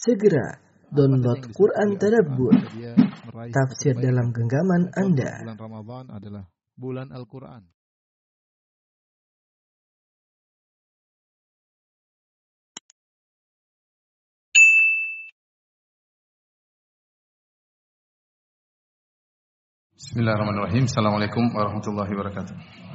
Segera download Quran Tadabbur, tafsir dalam genggaman Anda. Bulan Ramadan adalah bulan Al-Quran. Bismillahirrahmanirrahim. Assalamualaikum warahmatullahi wabarakatuh.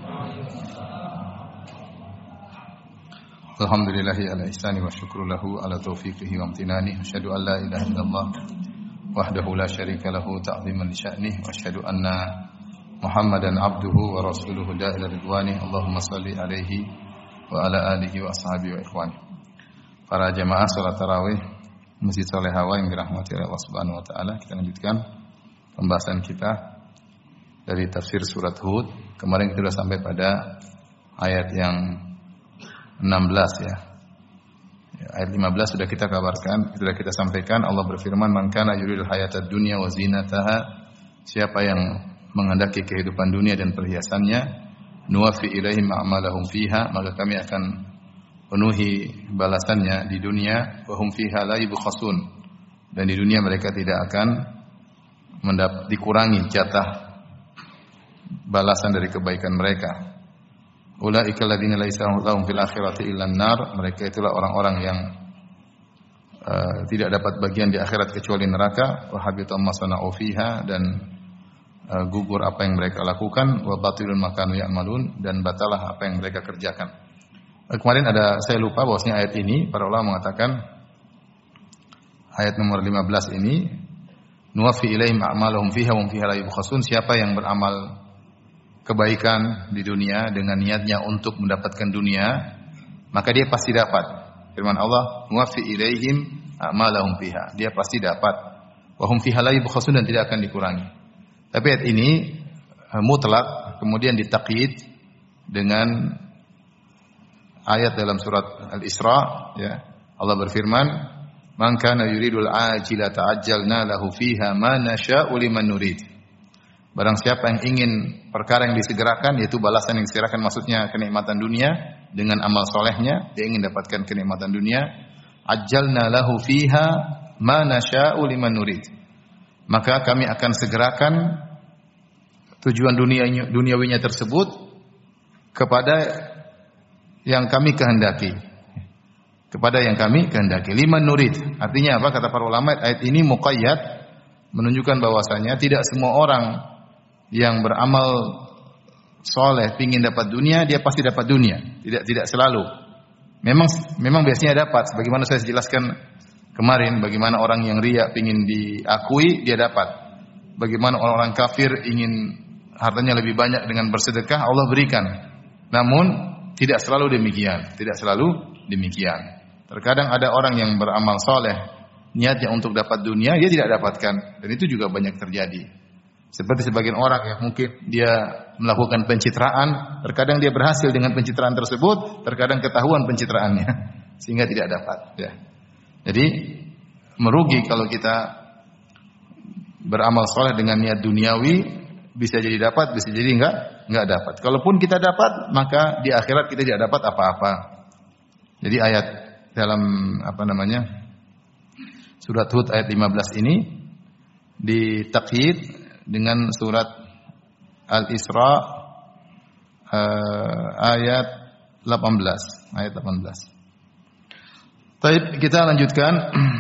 Alhamdulillahi ala ihsani wa syukru lahu ala taufiqihi wa amtinani. Asyhadu an la ilaha illallah wahdahu la syarika lahu ta'ziman li sya'nih. Wa asyhadu anna Muhammadan abduhu wa rasuluhu da'ila ridwani. Allahumma salli alaihi wa ala alihi wa ashabihi wa ikhwani. Para jamaah salat tarawih Masjid Solehawa yang dirahmati oleh Allah Subhanahu wa taala, kita lanjutkan pembahasan kita dari tafsir surat Hud. Kemarin kita sudah sampai pada ayat yang 16 ya. Ayat 15 sudah kita kabarkan, sudah kita sampaikan. Allah berfirman, "Man kana yuridul hayatad dunya wa zinataha." Siapa yang menghendaki kehidupan dunia dan perhiasannya, nuwaffi ilaihim a'malahum fiha, maka kami akan penuhi balasannya di dunia, wa hum fiha la yubkhasun. Dan di dunia mereka tidak akan dikurangi jatah balasan dari kebaikan mereka. Ulaika alladziina laisa lahum fil akhirati illa an-nar. Mereka itulah orang-orang yang tidak dapat bagian di akhirat kecuali neraka. Wa habita ma sana'u fiha, dan gugur apa yang mereka lakukan. Wa batilun ma kanu ya'malun, dan batalah apa yang mereka kerjakan. Kemarin saya lupa bahwasanya ayat ini para ulama mengatakan ayat nomor 15 ini, nuwaffi ilaihim a'malahum fiha wa hum fiha la yubkhasun. Siapa yang beramal kebaikan di dunia dengan niatnya untuk mendapatkan dunia, maka dia pasti dapat. Firman Allah, nuwaffi ilaihim a'malahum fiha. Dia pasti dapat. Wa hum fiha la yubkhasun, dan tidak akan dikurangi. Tapi ayat ini mutlak, kemudian ditaqyid dengan ayat dalam surat Al-Isra ya. Allah berfirman, "Man kana yuridul ajila ta'ajjalna lahu fiha ma nasha'u liman nurid." Barang siapa yang ingin perkara yang disegerakan, yaitu balasan yang disegerakan, maksudnya kenikmatan dunia dengan amal solehnya, dia ingin dapatkan kenikmatan dunia, ajjalna lahu fiha ma nasha'u liman nurid. Maka kami akan segerakan tujuan duniawinya tersebut kepada yang kami kehendaki. Kepada yang kami kehendaki. Liman nurid. Artinya apa? Kata para ulama, ayat ini muqayyad, menunjukkan bahwasanya tidak semua orang yang beramal soleh pingin dapat dunia, dia pasti dapat dunia. Tidak selalu. Memang biasanya dapat. Sebagaimana saya jelaskan kemarin, bagaimana orang yang riya pingin diakui, dia dapat. Bagaimana orang-orang kafir ingin hartanya lebih banyak dengan bersedekah, Allah berikan. Namun tidak selalu demikian. Tidak selalu demikian. Terkadang ada orang yang beramal soleh, niatnya untuk dapat dunia, dia tidak dapatkan. Dan itu juga banyak terjadi. Seperti sebagian orang yang mungkin dia melakukan pencitraan, terkadang dia berhasil dengan pencitraan tersebut, terkadang ketahuan pencitraannya, sehingga tidak dapat. Ya. Jadi merugi kalau kita beramal soleh dengan niat duniawi, bisa jadi dapat, bisa jadi enggak dapat. Kalaupun kita dapat, maka di akhirat kita tidak dapat apa-apa. Jadi ayat dalam surat Hud ayat 15 ini ditaqyid dengan surat Al-Isra ayat 18. Baik, kita lanjutkan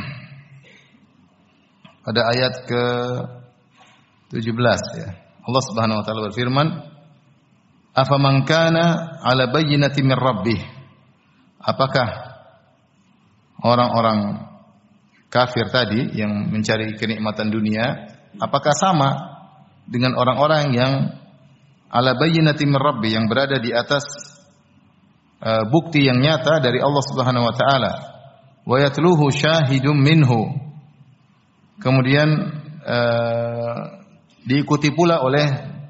pada ayat ke-17 ya. Allah Subhanahu wa taala berfirman, "Afaman kana 'ala bayyinatin min rabbih." Apakah orang-orang kafir tadi yang mencari kenikmatan dunia, apakah sama dengan orang-orang yang 'ala bayyinatin min rabbih, yang berada di atas bukti yang nyata dari Allah Subhanahu wa taala, wa yatluhu syahidum minhu, kemudian diikuti pula oleh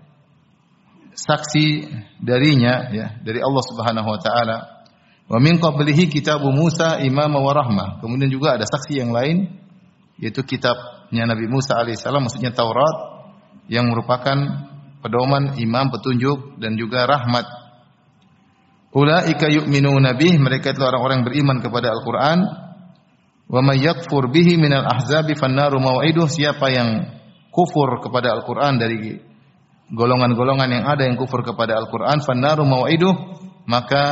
saksi darinya ya, dari Allah Subhanahu wa taala. Wa min qablihi kitabu Musa imama wa rahmah. Kemudian juga ada saksi yang lain, yaitu kitabnya Nabi Musa alaihissalam, maksudnya Taurat, yang merupakan pedoman, imam, petunjuk, dan juga rahmat. Ulaika yu'minuna bih, mereka itu orang-orang yang beriman kepada Al-Qur'an. Wa may yakfur bihi minal ahzabi fannaru mau'iduh. Siapa yang kufur kepada Al-Qur'an dari golongan-golongan yang ada yang kufur kepada Al-Qur'an, fannaru mau'iduh, maka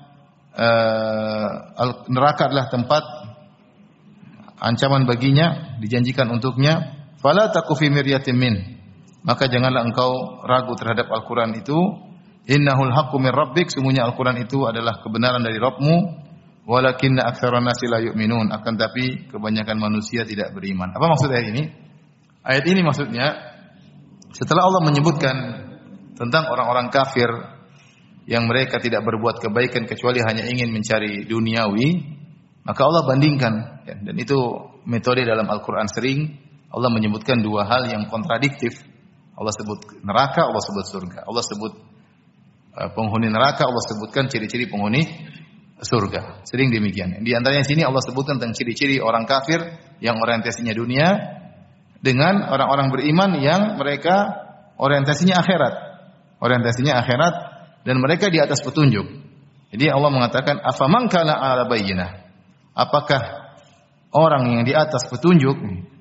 neraka adalah tempat ancaman baginya, dijanjikan untuknya. Fala taku fi miryatin min. Maka janganlah engkau ragu terhadap Al-Qur'an itu. Innahul haqqu min rabbik. Sungguhnya Al-Qur'an itu adalah kebenaran dari Rabbmu. Walakinna aktsaran nasi la yu'minun. Akan tapi kebanyakan manusia tidak beriman. Apa maksud ayat ini? Ayat ini maksudnya setelah Allah menyebutkan tentang orang-orang kafir yang mereka tidak berbuat kebaikan kecuali hanya ingin mencari duniawi, maka Allah bandingkan, dan itu metode dalam Al-Quran sering Allah menyebutkan dua hal yang kontradiktif. Allah sebut neraka, Allah sebut surga. Allah sebut penghuni neraka, Allah sebutkan ciri-ciri penghuni surga. Sering demikian. Di antaranya sini Allah sebutkan tentang ciri-ciri orang kafir yang orientasinya dunia dengan orang-orang beriman yang mereka orientasinya akhirat. Orientasinya akhirat dan mereka di atas petunjuk. Jadi Allah mengatakan afaman kana ala bayyinah. Apakah orang yang di atas petunjuk?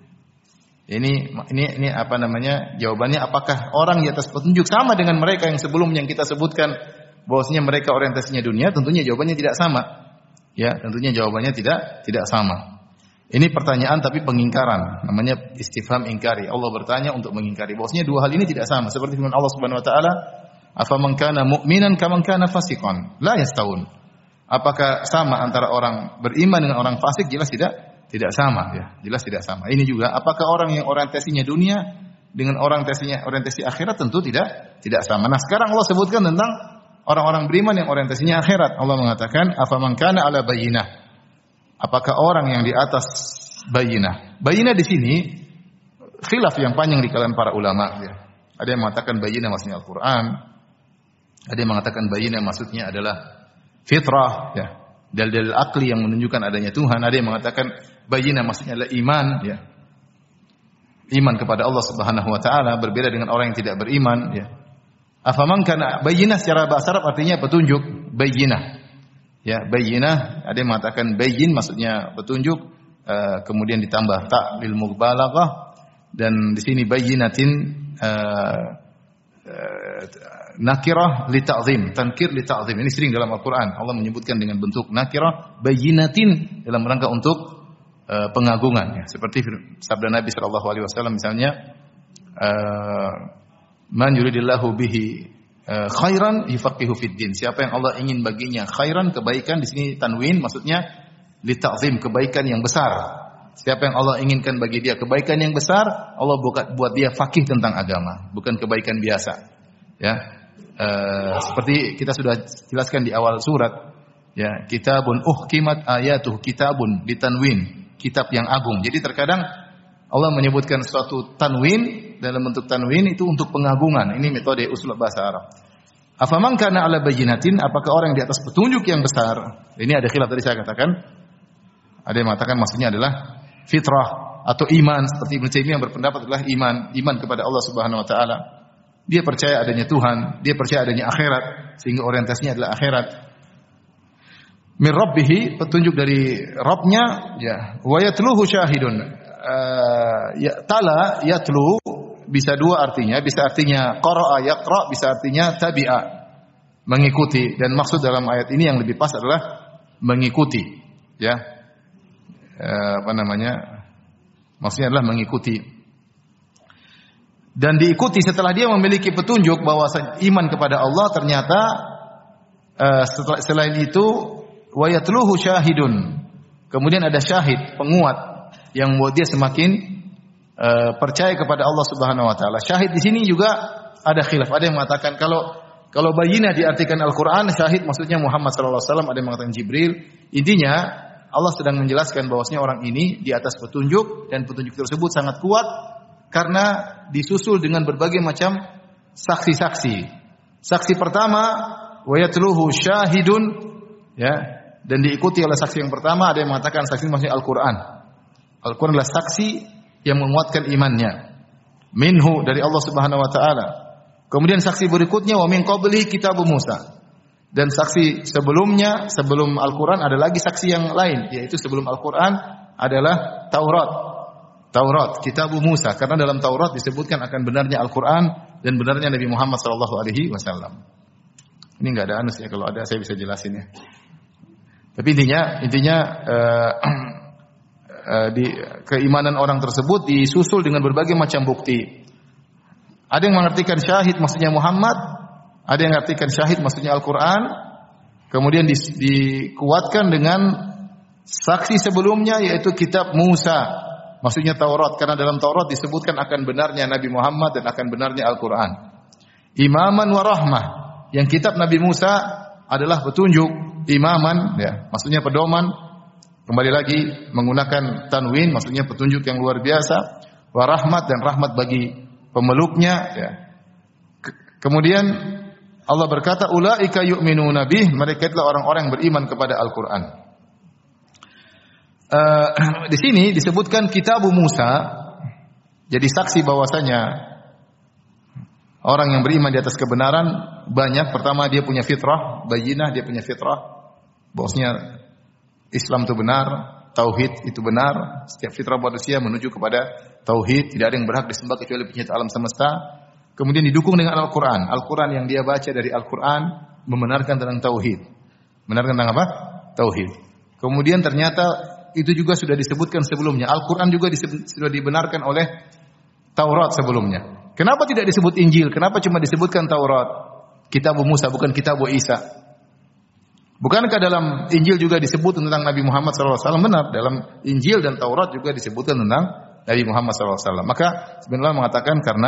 Ini apa namanya? Jawabannya apakah orang di atas petunjuk sama dengan mereka yang sebelum yang kita sebutkan bahwasanya mereka orientasinya dunia? Tentunya jawabannya tidak sama. Ya, tentunya jawabannya tidak sama. Ini pertanyaan tapi pengingkaran, namanya istifham ingkari. Allah bertanya untuk mengingkari bahwasanya dua hal ini tidak sama. Seperti firman Allah Subhanahu wa taala, "Afaman kana mu'minan kaman kana fasiqan, la yastawun." Apakah sama antara orang beriman dengan orang fasik? Jelas tidak sama, ya. Jelas tidak sama. Ini juga apakah orang yang orientasinya dunia dengan orientasi akhirat? Tentu tidak sama. Nah, sekarang Allah sebutkan tentang orang-orang beriman yang orientasinya akhirat. Allah mengatakan afaman kana ala bayyinah. Apakah orang yang di atas bayyinah? Bayyinah di sini khilaf yang panjang di kalangan para ulama, ya. Ada yang mengatakan bayyinah maksudnya Al-Qur'an. Ada yang mengatakan bayyinah maksudnya adalah fitrah, ya, dalil akli yang menunjukkan adanya Tuhan. Ada yang mengatakan bayyinah maksudnya adalah iman, ya, iman kepada Allah Subhanahu wa taala, berbeda dengan orang yang tidak beriman, ya. Afaman kana bayyinah secara bahasa Arab artinya petunjuk, bayyinah, ya, bayyinah. Ada yang mengatakan bayyin maksudnya petunjuk, kemudian ditambah ta lil mubalaghah, dan di sini bayyinatin nakirah li ta'zim, tankir li ta'zim. Ini sering dalam Al-Qur'an Allah menyebutkan dengan bentuk nakirah, bayyinatin dalam rangka untuk pengagungan, ya. Seperti sabda Nabi sallallahu alaihi wasallam misalnya, man yuridillahu bihi khairan yufaqihu fid din. Siapa yang Allah ingin baginya khairan, kebaikan, di sini tanwin maksudnya li ta'zim, kebaikan yang besar. Siapa yang Allah inginkan bagi dia kebaikan yang besar, Allah buat dia faqih tentang agama, bukan kebaikan biasa. Ya. Seperti kita sudah jelaskan di awal surat, ya, kitabun uhkimat ayatuh, kitabun ditanwin, kitab yang agung. Jadi terkadang Allah menyebutkan suatu tanwin dalam bentuk tanwin itu untuk pengagungan. Ini metode usul bahasa Arab. Afaman kana ala bayyinatin, apakah orang di atas petunjuk yang besar? Ini ada khilaf tadi saya katakan. Ada yang mengatakan maksudnya adalah fitrah atau iman, seperti Ibnu Taimiyah berpendapat adalah iman kepada Allah Subhanahu wa taala. Dia percaya adanya Tuhan, dia percaya adanya akhirat, sehingga orientasinya adalah akhirat. Min rabbih, petunjuk dari Rabbnya, ya. Wa yatluhu syahidun. Tala yatlu bisa dua artinya, bisa artinya qara'a yaqra, bisa artinya tabi'a, mengikuti. Dan maksud dalam ayat ini yang lebih pas adalah mengikuti, ya. Maksudnya adalah mengikuti. Dan diikuti setelah dia memiliki petunjuk bahwa iman kepada Allah, ternyata selain itu wa yatluhu syahidun. Kemudian ada syahid, penguat yang membuat dia semakin percaya kepada Allah Subhanahu wa taala. Syahid di sini juga ada khilaf. Ada yang mengatakan kalau bayyinah diartikan Al-Qur'an, syahid maksudnya Muhammad sallallahu alaihi wasallam, ada yang mengatakan Jibril. Intinya Allah sedang menjelaskan bahwasanya orang ini di atas petunjuk, dan petunjuk tersebut sangat kuat karena disusul dengan berbagai macam saksi-saksi. Saksi pertama wa yatluhu syahidun, ya, dan diikuti oleh saksi yang pertama. Ada yang mengatakan saksi maksudnya Al-Qur'an. Al-Qur'an adalah saksi yang menguatkan imannya. Minhu, dari Allah Subhanahu wa taala. Kemudian saksi berikutnya wa min qabli kitab Musa. Dan saksi sebelumnya, sebelum Al-Qur'an ada lagi saksi yang lain, yaitu sebelum Al-Qur'an adalah Taurat, kitab Musa, karena dalam Taurat disebutkan akan benarnya Al-Quran dan benarnya Nabi Muhammad SAW. Ini nggak ada anus ya, kalau ada saya bisa jelasin ya. Tapi intinya di keimanan orang tersebut disusul dengan berbagai macam bukti. Ada yang mengartikan syahid maksudnya Muhammad, ada yang mengartikan syahid maksudnya Al-Quran, kemudian dikuatkan dengan saksi sebelumnya yaitu kitab Musa, maksudnya Taurat, karena dalam Taurat disebutkan akan benarnya Nabi Muhammad dan akan benarnya Al-Quran. Imaman wa rahmah, yang kitab Nabi Musa adalah petunjuk, imaman ya, maksudnya pedoman, kembali lagi menggunakan tanwin, maksudnya petunjuk yang luar biasa, wa rahmat, dan rahmat bagi pemeluknya ya. Kemudian Allah berkata, ulaika yu'minuna bih, mereka itulah orang-orang yang beriman kepada Al-Quran. Di sini disebutkan kitab Musa jadi saksi bahwasanya orang yang beriman di atas kebenaran banyak. Pertama, dia punya fitrah bayyinah, dia punya fitrah bahwasanya Islam itu benar, tauhid itu benar. Setiap fitrah manusia menuju kepada tauhid, tidak ada yang berhak disembah kecuali pencipta alam semesta. Kemudian didukung dengan Al-Quran. Al-Quran yang dia baca dari Al-Quran membenarkan tentang tauhid. Benarkan tentang apa? Tauhid. Kemudian ternyata itu juga sudah disebutkan sebelumnya. Al-Quran juga sudah dibenarkan oleh Taurat sebelumnya. Kenapa tidak disebut Injil? Kenapa cuma disebutkan Taurat? Kitab Musa, bukan Kitab Isa. Bukankah dalam Injil juga disebut tentang Nabi Muhammad SAW? Benar, dalam Injil dan Taurat juga disebutkan tentang Nabi Muhammad SAW. Maka sebenarnya mengatakan karena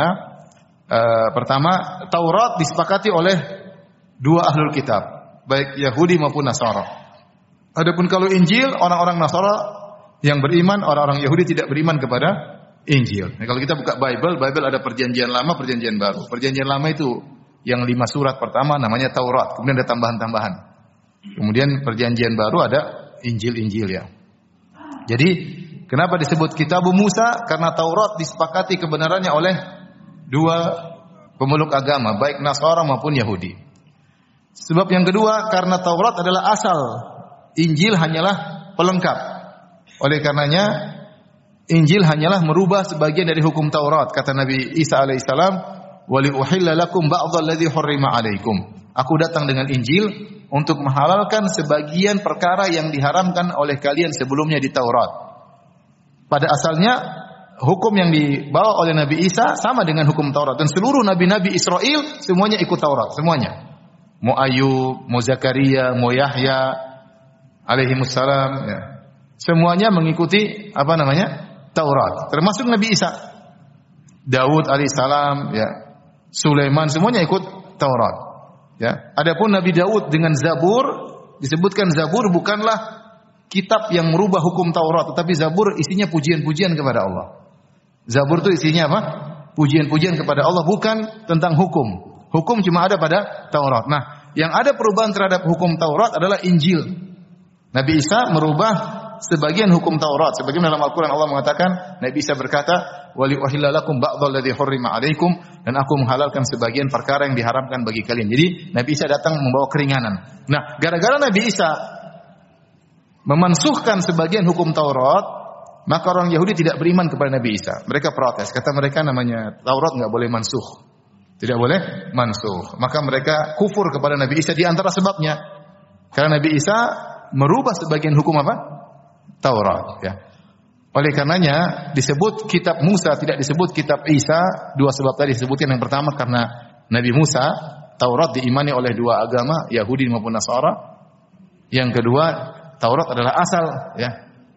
pertama, Taurat disepakati oleh dua ahlul kitab, baik Yahudi maupun Nasara. Adapun kalau Injil, orang-orang Nasara yang beriman, orang-orang Yahudi tidak beriman kepada Injil. Nah, kalau kita buka Bible ada perjanjian lama, perjanjian baru. Perjanjian lama itu yang 5 surat pertama namanya Taurat, kemudian ada tambahan-tambahan. Kemudian perjanjian baru ada Injil-Injil ya. Jadi kenapa disebut Kitab Musa? Karena Taurat disepakati kebenarannya oleh dua pemeluk agama, baik Nasara maupun Yahudi. Sebab yang kedua, karena Taurat adalah asal, Injil hanyalah pelengkap. Oleh karenanya Injil hanyalah merubah sebagian dari hukum Taurat. Kata Nabi Isa alaihissalam, "Wa li uhilla lakum ba'dalladzi hurrima 'alaikum." Aku datang dengan Injil untuk menghalalkan sebagian perkara yang diharamkan oleh kalian sebelumnya di Taurat. Pada asalnya hukum yang dibawa oleh Nabi Isa sama dengan hukum Taurat, dan seluruh nabi-nabi Israel semuanya ikut Taurat, semuanya. Mau Ayub, mau Zakaria, mau Yahya alaihimussalam ya. Semuanya mengikuti Taurat, termasuk Nabi Isa. Daud alaihissalam ya, Sulaiman semuanya ikut Taurat ya. Adapun Nabi Daud dengan Zabur, disebutkan Zabur bukanlah kitab yang merubah hukum Taurat, tetapi Zabur isinya pujian-pujian kepada Allah. Zabur itu isinya apa? Pujian-pujian kepada Allah, bukan tentang hukum. Hukum cuma ada pada Taurat. Nah, yang ada perubahan terhadap hukum Taurat adalah Injil. Nabi Isa merubah sebagian hukum Taurat. Sebagaimana dalam Al-Quran Allah mengatakan, Nabi Isa berkata, "Wa li uhilla lakum ba'dalladzi hurrima 'alaikum," dan aku menghalalkan sebagian perkara yang diharamkan bagi kalian. Jadi Nabi Isa datang membawa keringanan. Nah, gara-gara Nabi Isa memansuhkan sebagian hukum Taurat, maka orang Yahudi tidak beriman kepada Nabi Isa. Mereka protes. Kata mereka, namanya Taurat enggak boleh mansuh. Tidak boleh mansuh. Maka mereka kufur kepada Nabi Isa di antara sebabnya. Karena Nabi Isa merubah sebagian hukum Taurat ya. Oleh karenanya disebut kitab Musa, tidak disebut kitab Isa. Dua sebab tadi disebutkan. Yang pertama karena Nabi Musa, Taurat diimani oleh dua agama, Yahudi maupun Nasara. Yang kedua, Taurat adalah asal ya.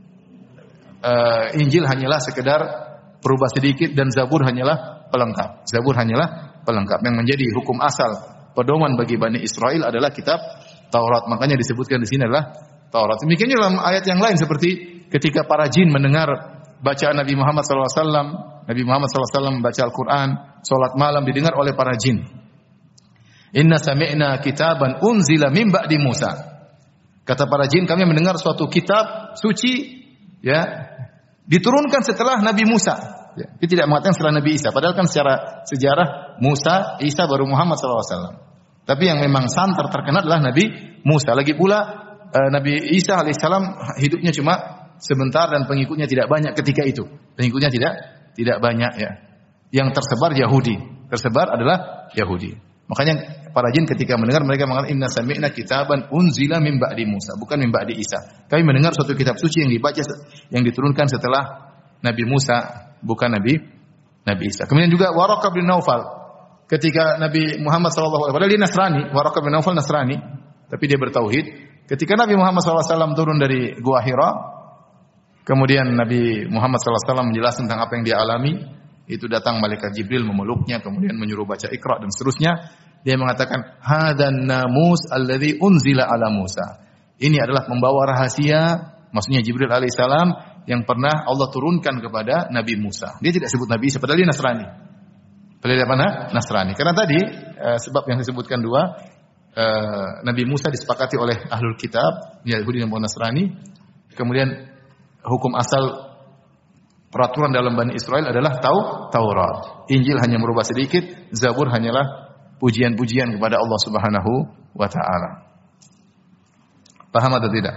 Injil hanyalah sekedar berubah sedikit, dan Zabur hanyalah pelengkap. Zabur hanyalah pelengkap. Yang menjadi hukum asal, pedoman bagi Bani Israel adalah kitab Taurat. Makanya disebutkan di sini adalah Taurat. Demikian dalam ayat yang lain, seperti ketika para jin mendengar bacaan Nabi Muhammad SAW. Nabi Muhammad SAW membaca Al-Quran, solat malam didengar oleh para jin. Inna sami'na kitaban unzila min ba'di Musa. Kata para jin, kami mendengar suatu kitab suci ya, diturunkan setelah Nabi Musa. Ya, dia tidak mengatakan setelah Nabi Isa. Padahal kan secara sejarah Musa, Isa baru Muhammad SAW. Tapi yang memang santer terkenal adalah Nabi Musa. Lagi pula Nabi Isa alaihissalam hidupnya cuma sebentar dan pengikutnya tidak banyak ketika itu. Pengikutnya tidak banyak ya. Yang tersebar Yahudi. Tersebar adalah Yahudi. Makanya para jin ketika mendengar mereka mengatakan inna sami'na kitaban unzila min ba'di Musa, bukan min ba'di Isa. Kami mendengar suatu kitab suci yang dibaca yang diturunkan setelah Nabi Musa, bukan Nabi Isa. Kemudian juga Waraqah bin Naufal. Ketika Nabi Muhammad SAW, padahal dia Nasrani, Waraqah bin Naufal Nasrani, tapi dia bertauhid. Ketika Nabi Muhammad SAW turun dari Gua Hira, kemudian Nabi Muhammad SAW menjelaskan tentang apa yang dia alami, itu datang malaikat Jibril memeluknya, kemudian menyuruh baca Iqra dan seterusnya. Dia mengatakan, hadan namus alladzi unzila ala Musa. Ini adalah membawa rahasia, maksudnya Jibril alaihissalam yang pernah Allah turunkan kepada Nabi Musa. Dia tidak sebut Nabi Isa, padahal dia Nasrani. Padahal dia mana? Nasrani. Karena tadi sebab yang disebutkan dua, Nabi Musa disepakati oleh ahlul kitab, Yahudi dan Nasrani. Kemudian hukum asal peraturan dalam Bani Israel adalah Taurat. Injil hanya merubah sedikit, Zabur hanyalah pujian-pujian kepada Allah Subhanahu wa taala. Paham atau tidak?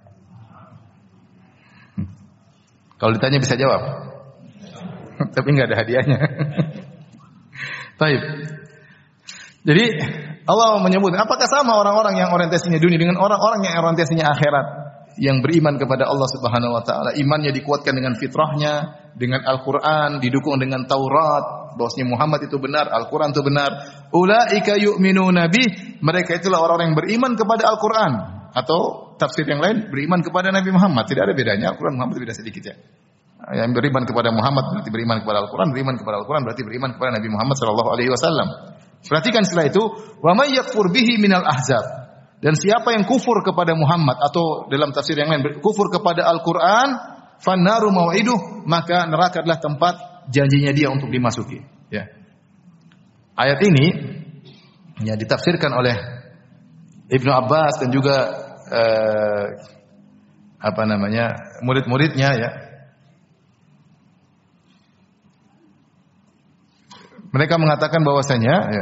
Kalau ditanya bisa jawab. Tapi enggak ada hadiahnya. Baik. Jadi Allah menyebut, apakah sama orang-orang yang orientasinya dunia dengan orang-orang yang orientasinya akhirat, yang beriman kepada Allah Subhanahu wa taala, imannya dikuatkan dengan fitrahnya, dengan Al-Qur'an, didukung dengan Taurat, bahwasanya Muhammad itu benar, Al-Qur'an itu benar. Ulaika yu'minuna bih, mereka itulah orang-orang yang beriman kepada Al-Qur'an, atau tafsir yang lain beriman kepada Nabi Muhammad. Tidak ada bedanya, Al-Qur'an Muhammad beda sedikit ya. Yang beriman kepada Muhammad berarti beriman kepada Al-Qur'an, beriman kepada Al-Qur'an berarti beriman kepada Nabi Muhammad sallallahu alaihi wasallam. Perhatikan setelah itu, wa may yakfur bihi minal ahzab. Dan siapa yang kufur kepada Muhammad, atau dalam tafsir yang lain kufur kepada Al-Qur'an, fannaru mau'iduh, maka neraka adalah tempat janjinya dia untuk dimasuki. Ya. Ayat ini ya ditafsirkan oleh Ibnu Abbas dan juga murid-muridnya ya. Mereka mengatakan bahwasanya ya,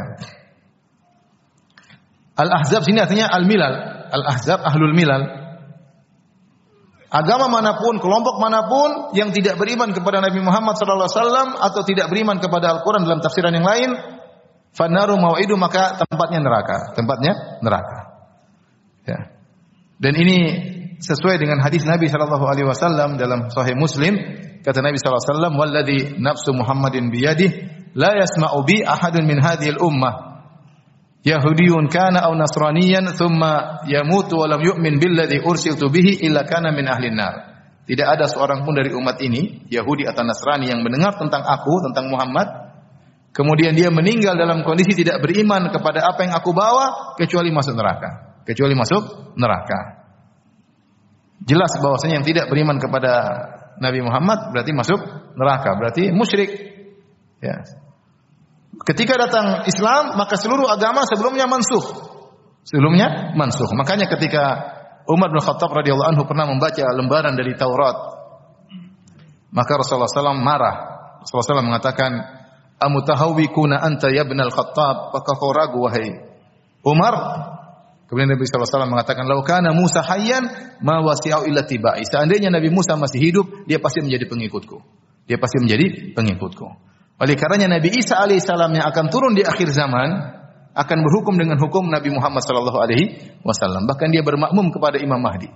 Al-Ahzab sini artinya Al-Milal. Al-Ahzab ahlul milal. Agama manapun, kelompok manapun yang tidak beriman kepada Nabi Muhammad sallallahu alaihi wasallam atau tidak beriman kepada Al-Qur'an dalam tafsiran yang lain, fannaru mau'idu, maka tempatnya neraka. Ya. Dan ini sesuai dengan hadis Nabi sallallahu alaihi wasallam dalam Sahih Muslim, kata Nabi sallallahu alaihi wasallam, "Walladzi nafsu Muhammadin biyadihi la yasma'u bi ahadun min hadhil ummah Yahudiyun kana aw Nasraniyan thumma yamutu wa lam yu'min billadzi ursiltu bihi illa kana min ahlin nar." Tidak ada seorang pun dari umat ini, Yahudi atau Nasrani, yang mendengar tentang aku, tentang Muhammad, kemudian dia meninggal dalam kondisi tidak beriman kepada apa yang aku bawa, kecuali masuk neraka. Jelas bahwasanya yang tidak beriman kepada Nabi Muhammad berarti masuk neraka, berarti musyrik. Ya. Ketika datang Islam, maka seluruh agama sebelumnya mansuh. Makanya ketika Umar bin Khattab radhiyallahu anhu pernah membaca lembaran dari Taurat, maka Rasulullah SAW marah. Rasulullah SAW mengatakan, "Amutahawwikuna anta ya ibn al-Khattab?" Apakah kau ragu wahai Umar? Kemudian Nabi SAW mengatakan, "Lau kana Musa hayyan ma wasi'u illa tiba'i." Seandainya Nabi Musa masih hidup, dia pasti menjadi pengikutku. Oleh karenanya Nabi Isa alaihissalam yang akan turun di akhir zaman akan berhukum dengan hukum Nabi Muhammad sallallahu alaihi wasallam. Bahkan dia bermakmum kepada Imam Mahdi.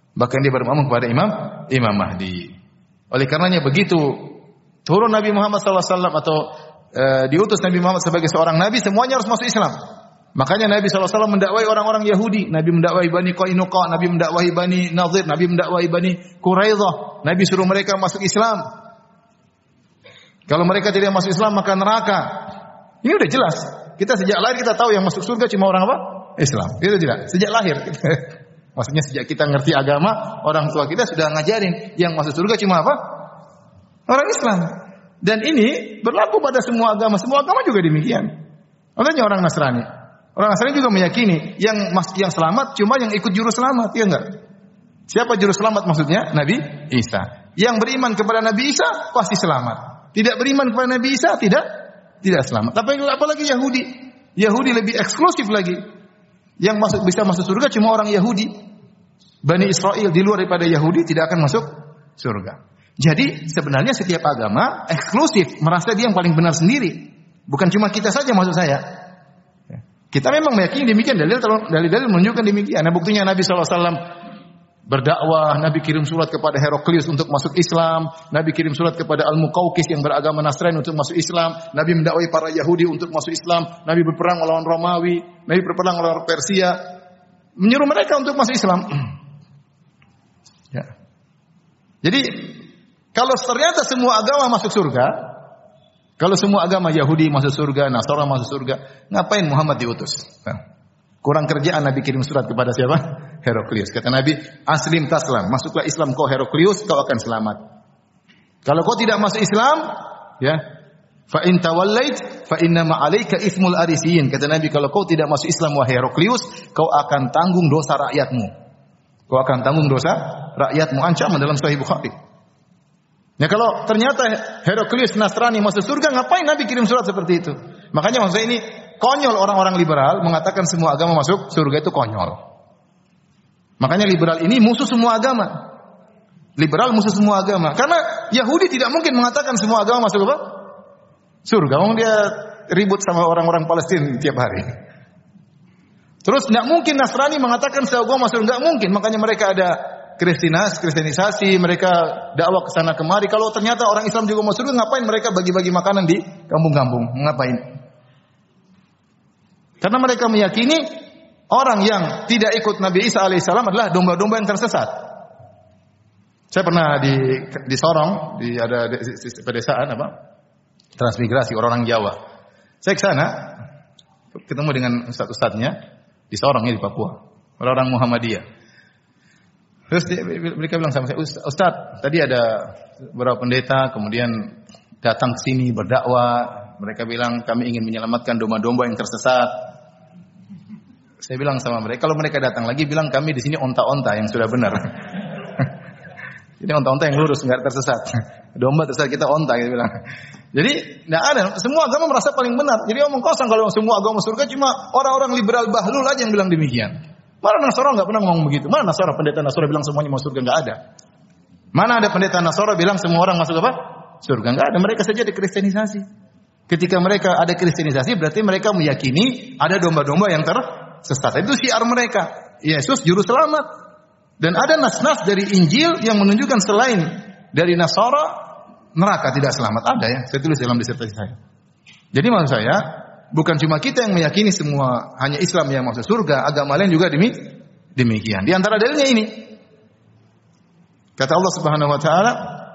Imam Mahdi. Oleh karenanya begitu turun Nabi Muhammad sallallahu alaihi wasallam atau diutus Nabi Muhammad sebagai seorang nabi, semuanya harus masuk Islam. Makanya Nabi sallallahu alaihi wasallam mendakwai orang-orang Yahudi, Nabi mendakwai Bani Qainuqa, Nabi mendakwai Bani Nadir, Nabi mendakwai Bani Quraidah. Nabi suruh mereka masuk Islam. Kalau mereka tidak masuk Islam maka neraka. Ini udah jelas. Kita sejak lahir kita tahu yang masuk surga cuma orang apa? Islam. Itu tidak. Sejak lahir. Maksudnya sejak kita ngerti agama, orang tua kita sudah ngajarin yang masuk surga cuma apa? Orang Islam. Dan ini berlaku pada semua agama. Semua agama juga demikian. Olehnya orang Nasrani. Orang Nasrani juga meyakini yang selamat cuma yang ikut juru selamat, ya enggak? Siapa juru selamat maksudnya? Nabi Isa. Yang beriman kepada Nabi Isa pasti selamat. Tidak beriman kepada Nabi Isa tidak selamat. Apalagi Yahudi. Yahudi lebih eksklusif lagi. Yang bisa masuk surga cuma orang Yahudi. Bani Israel di luar daripada Yahudi tidak akan masuk surga. Jadi sebenarnya setiap agama eksklusif, merasa dia yang paling benar sendiri. Bukan cuma kita saja maksud saya. Kita memang meyakini demikian, dalil-dalil menunjukkan demikian. Nah, buktinya Nabi SAW berdakwah, Nabi kirim surat kepada Heraklius untuk masuk Islam, Nabi kirim surat kepada Al-Muqawqis yang beragama Nasrani untuk masuk Islam, Nabi mendakwai para Yahudi untuk masuk Islam, Nabi berperang melawan Romawi, Nabi berperang melawan Persia, menyuruh mereka untuk masuk Islam. Ya. Jadi kalau ternyata semua agama masuk surga, kalau semua agama Yahudi masuk surga, Nasara masuk surga, ngapain Muhammad diutus? Nah, kurang kerjaan Nabi kirim surat kepada siapa? Heraklius. Kata Nabi, aslim taslam, masuklah Islam kau Heraklius, kau akan selamat. Kalau kau tidak masuk Islam, ya, fa in tawallait fa inna ma 'alaika itsmul arisiyin. Kata Nabi, kalau kau tidak masuk Islam wahai Heraklius, kau akan tanggung dosa rakyatmu. Kau akan tanggung dosa rakyatmu. Ancaman dalam Sahih Bukhari. Ya kalau ternyata Heraklius Nasrani masuk surga, ngapain Nabi kirim surat seperti itu? Makanya maksud saya ini konyol orang-orang liberal mengatakan semua agama masuk surga itu konyol. Makanya liberal ini musuh semua agama. Liberal musuh semua agama. Karena Yahudi tidak mungkin mengatakan semua agama masuk apa? Surga. Wong dia ribut sama orang-orang Palestina tiap hari. Terus tidak mungkin Nasrani mengatakan semua agama masuk surga. Tidak mungkin. Makanya mereka ada kristenisasi, mereka dakwah ke sana kemari. Kalau ternyata orang Islam juga masuk surga, ngapain mereka bagi-bagi makanan di kampung-kampung? Ngapain? Karena mereka meyakini orang yang tidak ikut Nabi Isa alaihissalam adalah domba-domba yang tersesat. Saya pernah di Sorong, ada pedesaan apa? Transmigrasi orang-orang Jawa. Saya ke sana ketemu dengan ustaz-ustaznya di Sorong di Papua, orang-orang Muhammadiyah. Terus mereka bilang sama saya, Ustaz, tadi ada beberapa pendeta kemudian datang ke sini berdakwah. Mereka bilang kami ingin menyelamatkan domba-domba yang tersesat. Saya bilang sama mereka, kalau mereka datang lagi bilang kami di sini onta-onta yang sudah benar. Ini onta-onta yang lurus, nggak tersesat. Domba tersesat, kita onta, gitu bilang. Jadi nggak ada. Semua agama merasa paling benar. Jadi omong kosong kalau semua agama surga, cuma orang-orang liberal bahlul aja yang bilang demikian. Mana Nasara nggak pernah ngomong begitu. Mana Nasara pendeta Nasara bilang semuanya masuk surga, nggak ada. Mana ada pendeta Nasara bilang semua orang masuk apa? Surga, nggak ada. Mereka saja dikristenisasi. Ketika mereka ada kristenisasi, berarti mereka meyakini ada domba-domba yang tersesat. Itu syiar mereka. Yesus juru selamat. Dan ada nas-nas dari Injil yang menunjukkan selain dari Nasara neraka tidak selamat. Ada ya. Saya tulis dalam disertasi saya. Jadi maksud saya, bukan cuma kita yang meyakini semua hanya Islam yang masuk surga, agama lain juga demikian. Di antara dalilnya ini, kata Allah Subhanahu wa taala,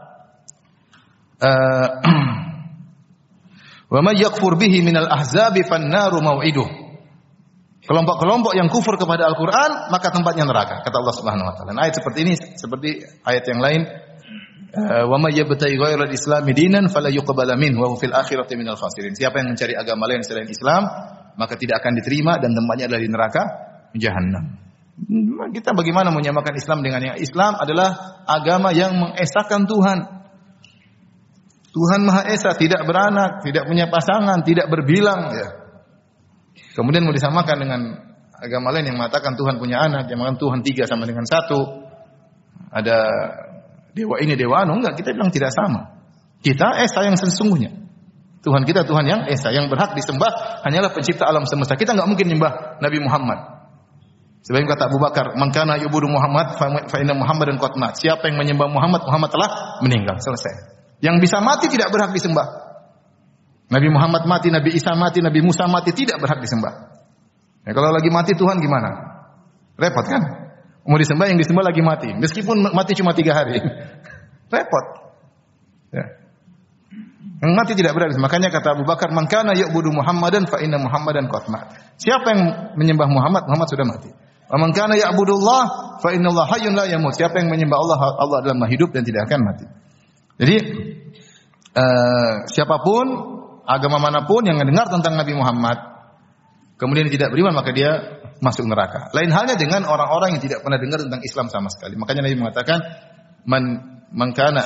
"Wa may yakfur bihi minal ahzabi fan-naru maw'iduh." Kelompok-kelompok yang kufur kepada Al-Qur'an, maka tempatnya neraka, kata Allah Subhanahu wa taala. Ayat seperti ini seperti ayat yang lain, "Wa may yabtaghi ghairal islami dinan fala yuqbala minhu wa huwa fil akhirati minal khasirin." Siapa yang mencari agama lain selain Islam, maka tidak akan diterima dan tempatnya adalah di neraka jahanam. Kita bagaimana menyamakan Islam dengan yang Islam adalah agama yang mengesahkan Tuhan. Tuhan Maha Esa, tidak beranak, tidak punya pasangan, tidak berbilang, ya. Kemudian mau disamakan dengan agama lain yang mengatakan Tuhan punya anak, yang mengatakan Tuhan 3 sama dengan 1. Ada dewa ini, dewa anu, enggak, kita bilang tidak sama. Kita Esa yang sesungguhnya. Tuhan kita Tuhan yang Esa, yang berhak disembah hanyalah pencipta alam semesta. Kita enggak mungkin menyembah Nabi Muhammad. Sebagaimana kata Abu Bakar, "Man kana yu'budu Muhammad fa inna Muhammadan qad mat." Siapa yang menyembah Muhammad, Muhammad telah meninggal. Selesai. Yang bisa mati tidak berhak disembah. Nabi Muhammad mati, Nabi Isa mati, Nabi Musa mati, tidak berhak disembah. Ya, kalau lagi mati Tuhan gimana? Repot kan? Mau disembah, yang disembah lagi mati. Meskipun mati cuma 3 hari. Repot. Ya. Yang mati tidak berhak disembah. Makanya kata Abu Bakar, "Man kana ya'budu Muhammadan fa inna Muhammadan qad mat." Siapa yang menyembah Muhammad, Muhammad sudah mati. Wa man kana ya'budullah fa innallaha hayyun la yamut. Siapa yang menyembah Allah, Allah adalah Maha hidup dan tidak akan mati. Jadi siapapun agama manapun yang mendengar tentang Nabi Muhammad kemudian tidak beriman, maka dia masuk neraka. Lain halnya dengan orang-orang yang tidak pernah dengar tentang Islam sama sekali. Makanya Nabi mengatakan man kana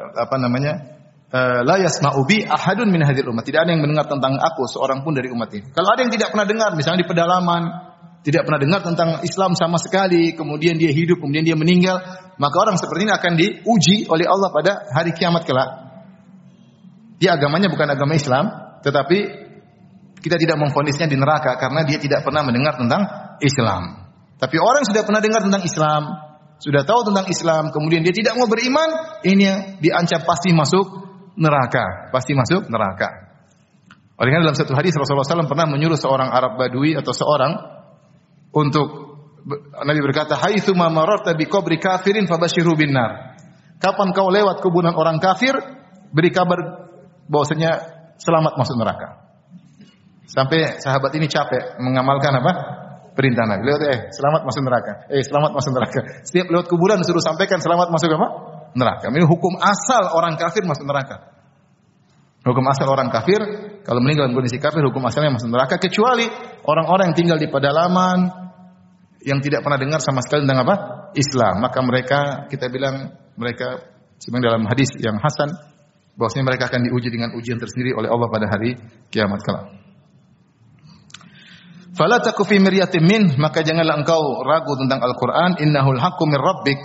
la yasma'u bi ahadun min hadhil ummah. Tidak ada yang mendengar tentang aku seorang pun dari umat ini. Kalau ada yang tidak pernah dengar, misalnya di pedalaman, tidak pernah dengar tentang Islam sama sekali, kemudian dia hidup, kemudian dia meninggal, maka orang seperti ini akan diuji oleh Allah pada hari kiamat kelak. Dia agamanya bukan agama Islam, tetapi kita tidak memvonisnya di neraka karena dia tidak pernah mendengar tentang Islam. Tapi orang yang sudah pernah dengar tentang Islam, sudah tahu tentang Islam, kemudian dia tidak mau beriman, ini diancam pasti masuk neraka, pasti masuk neraka. Oleh karena dalam satu hadis Rasulullah SAW pernah menyuruh seorang Arab Badui atau seorang untuk, Nabi berkata, "Haitsuma mararta bi qabri kafirin fabashshirhu binnar." Kapan kau lewat kuburan orang kafir, beri kabar bahwasanya selamat masuk neraka. Sampai sahabat ini capek mengamalkan apa? Perintah Nabi. Lewat selamat masuk neraka. Selamat masuk neraka. Setiap lewat kuburan disuruh sampaikan selamat masuk apa? Neraka. Ini hukum asal orang kafir masuk neraka. Hukum asal orang kafir kalau meninggal dalam kondisi kafir, hukum asalnya masuk neraka, kecuali orang-orang yang tinggal di pedalaman yang tidak pernah dengar sama sekali tentang apa? Islam. Maka mereka, kita bilang mereka sebenarnya dalam hadis yang hasan bahwasanya mereka akan diuji dengan ujian tersendiri oleh Allah pada hari kiamat kelak. Fala taku fi miryatin min, maka janganlah engkau ragu tentang Al-Qur'an, innahul haqqu mir rabbik.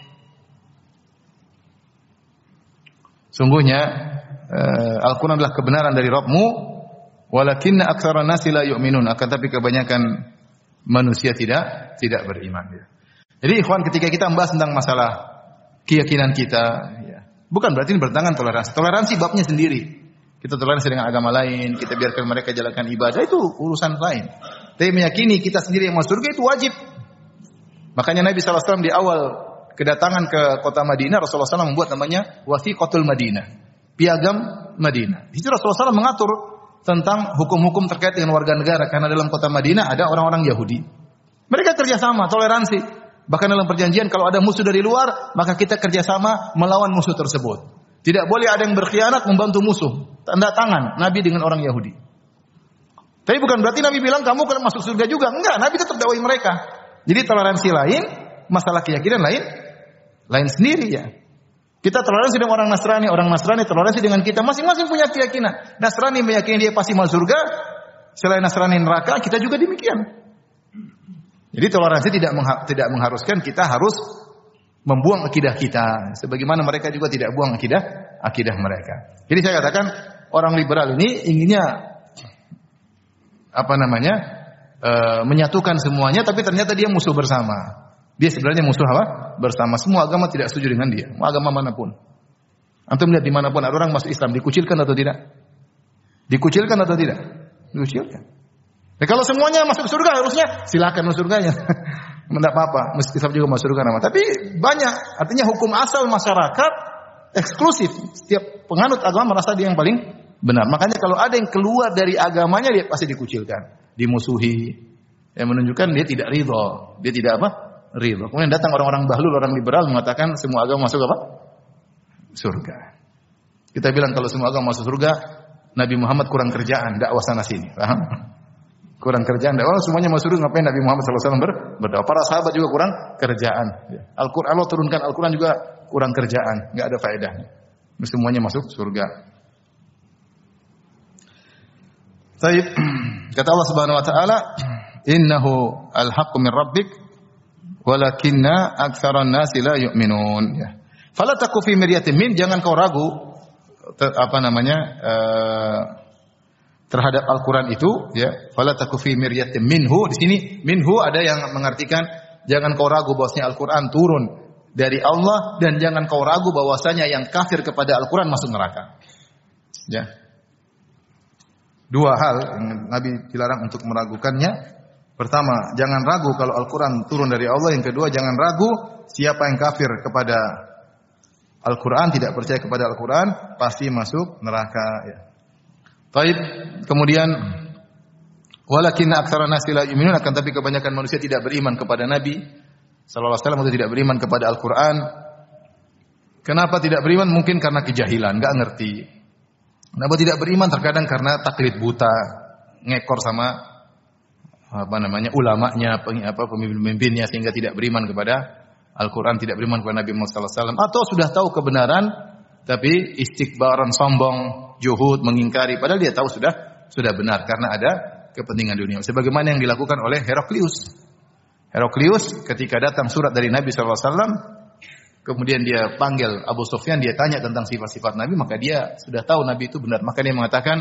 Sungguhnya Al-Quran adalah kebenaran dari Rabbmu, walakinna aktsaran nasi la yu'minun, akan tapi kebanyakan manusia tidak beriman. Jadi ikhwan, ketika kita membahas tentang masalah keyakinan kita, bukan berarti bertentangan toleransi. Toleransi babnya sendiri. Kita toleransi dengan agama lain, kita biarkan mereka jalankan ibadah, itu urusan lain. Tapi meyakini kita sendiri yang masuk surga itu wajib. Makanya Nabi SAW di awal kedatangan ke kota Madinah, Rasulullah SAW membuat namanya Wasiqatul Madinah. Piagam Madinah. Di situ Rasulullah SAW mengatur tentang hukum-hukum terkait dengan warga negara, karena dalam kota Madinah ada orang-orang Yahudi. Mereka kerjasama, toleransi. Bahkan dalam perjanjian kalau ada musuh dari luar, maka kita kerjasama melawan musuh tersebut. Tidak boleh ada yang berkhianat membantu musuh. Tanda tangan Nabi dengan orang Yahudi. Tapi bukan berarti Nabi bilang kamu akan masuk surga juga. Enggak, Nabi tetap dakwai mereka. Jadi toleransi lain, masalah keyakinan lain sendiri ya. Kita toleransi dengan orang Nasrani toleransi dengan kita. Masing-masing punya keyakinan. Nasrani meyakini dia pasti masuk surga, selain Nasrani neraka, kita juga demikian. Jadi toleransi tidak mengharuskan kita harus membuang akidah kita, sebagaimana mereka juga tidak buang akidah mereka. Jadi saya katakan orang liberal ini inginnya menyatukan semuanya, tapi ternyata dia musuh bersama. Dia sebenarnya musuh apa? Bersama. Semua agama tidak setuju dengan dia. Agama manapun. Antum lihat dimanapun ada orang masuk Islam, dikucilkan atau tidak? Dikucilkan atau tidak? Dikucilkan. Nah, kalau semuanya masuk surga, harusnya silakan masuk surganya. Tidak apa-apa. Mesti juga masuk surga nama. Tapi banyak. Artinya hukum asal masyarakat eksklusif. Setiap penganut agama merasa dia yang paling benar. Makanya kalau ada yang keluar dari agamanya, dia pasti dikucilkan, dimusuhi. Yang menunjukkan dia tidak ridho. Dia tidak apa? Ridho. Kemudian datang orang-orang bahlul, orang liberal mengatakan semua agama masuk apa? Surga. Kita bilang kalau semua agama masuk surga, Nabi Muhammad kurang kerjaan, dakwah sana sini. Paham? Kurang kerjaan dakwah, semuanya masuk surga, ngapain Nabi Muhammad SAW berdakwah? Para sahabat juga kurang kerjaan. Al-Quran, Allah turunkan Al-Quran juga kurang kerjaan, enggak ada faedahnya. Semuanya masuk surga. Baik. Kata Allah Subhanahu wa taala, "Innahu al-haqqu min rabbik walakinna aktsaran nasi la yu'minun." Ya. Fala taku fi miryatin min, jangan kau ragu terhadap Al-Qur'an itu, ya. Fala taku fi miryatin minhu, di sini minhu ada yang mengartikan jangan kau ragu bahwasanya Al-Qur'an turun dari Allah, dan jangan kau ragu bahwasanya yang kafir kepada Al-Qur'an masuk neraka. Ya. Dua hal yang Nabi dilarang untuk meragukannya. Pertama, jangan ragu kalau Al-Quran turun dari Allah. Yang kedua, jangan ragu siapa yang kafir kepada Al-Quran, tidak percaya kepada Al-Quran, pasti masuk neraka. Ya. Baik, kemudian walakinna aktsaran nasi la yu'minun, akan tapi kebanyakan manusia tidak beriman kepada Nabi sallallahu alaihi wasallam, atau tidak beriman kepada Al-Quran. Kenapa tidak beriman? Mungkin karena kejahilan, enggak ngerti. Kenapa tidak beriman? Terkadang karena taklid buta, ngekor sama ulamanya, pemimpin-pemimpinnya, sehingga tidak beriman kepada Al-Quran, tidak beriman kepada Nabi Muhammad SAW, atau sudah tahu kebenaran tapi istikbaran, sombong, juhud, mengingkari, padahal dia tahu sudah benar karena ada kepentingan dunia. Sebagaimana yang dilakukan oleh Heraklius. Heraklius ketika datang surat dari Nabi SAW, kemudian dia panggil Abu Sufyan, dia tanya tentang sifat-sifat Nabi, maka dia sudah tahu Nabi itu benar. Maka dia mengatakan,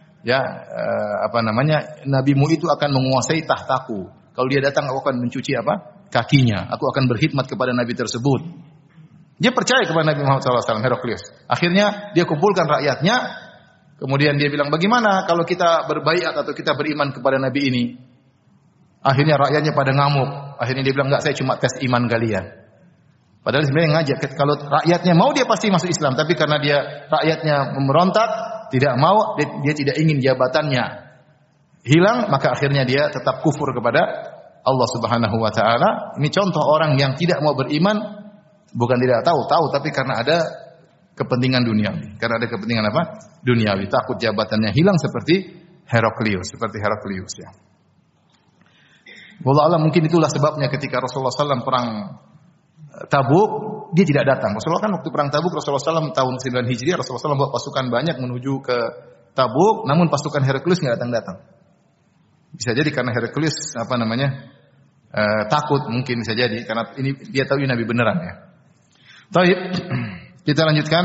Nabimu itu akan menguasai tahtaku. Kalau dia datang, aku akan mencuci kakinya. Aku akan berkhidmat kepada Nabi tersebut. Dia percaya kepada Nabi Muhammad SAW, Heraklius. Akhirnya dia kumpulkan rakyatnya. Kemudian dia bilang, bagaimana kalau kita berbaiat atau kita beriman kepada Nabi ini? Akhirnya rakyatnya pada ngamuk. Akhirnya dia bilang, enggak, saya cuma tes iman kalian. Padahal sebenarnya ngajak, kalau rakyatnya mau dia pasti masuk Islam. Tapi karena dia rakyatnya memberontak, tidak mau, dia tidak ingin jabatannya hilang, maka akhirnya dia tetap kufur kepada Allah Subhanahu wa taala. Ini contoh orang yang tidak mau beriman, bukan tidak tahu, tapi karena ada kepentingan duniawi. Karena ada kepentingan duniawi, takut jabatannya hilang seperti Heraklius ya. Wallahu a'lam, mungkin itulah sebabnya ketika Rasulullah SAW perang Tabuk, dia tidak datang. Rasulullah kan waktu perang Tabuk, Rasulullah SAW tahun 9 Hijriah, Rasulullah SAW bawa pasukan banyak menuju ke Tabuk, namun pasukan Heraklius nggak datang. Bisa jadi karena Heraklius takut, mungkin bisa jadi karena ini dia tahu ini Nabi beneran ya. Baik, kita lanjutkan.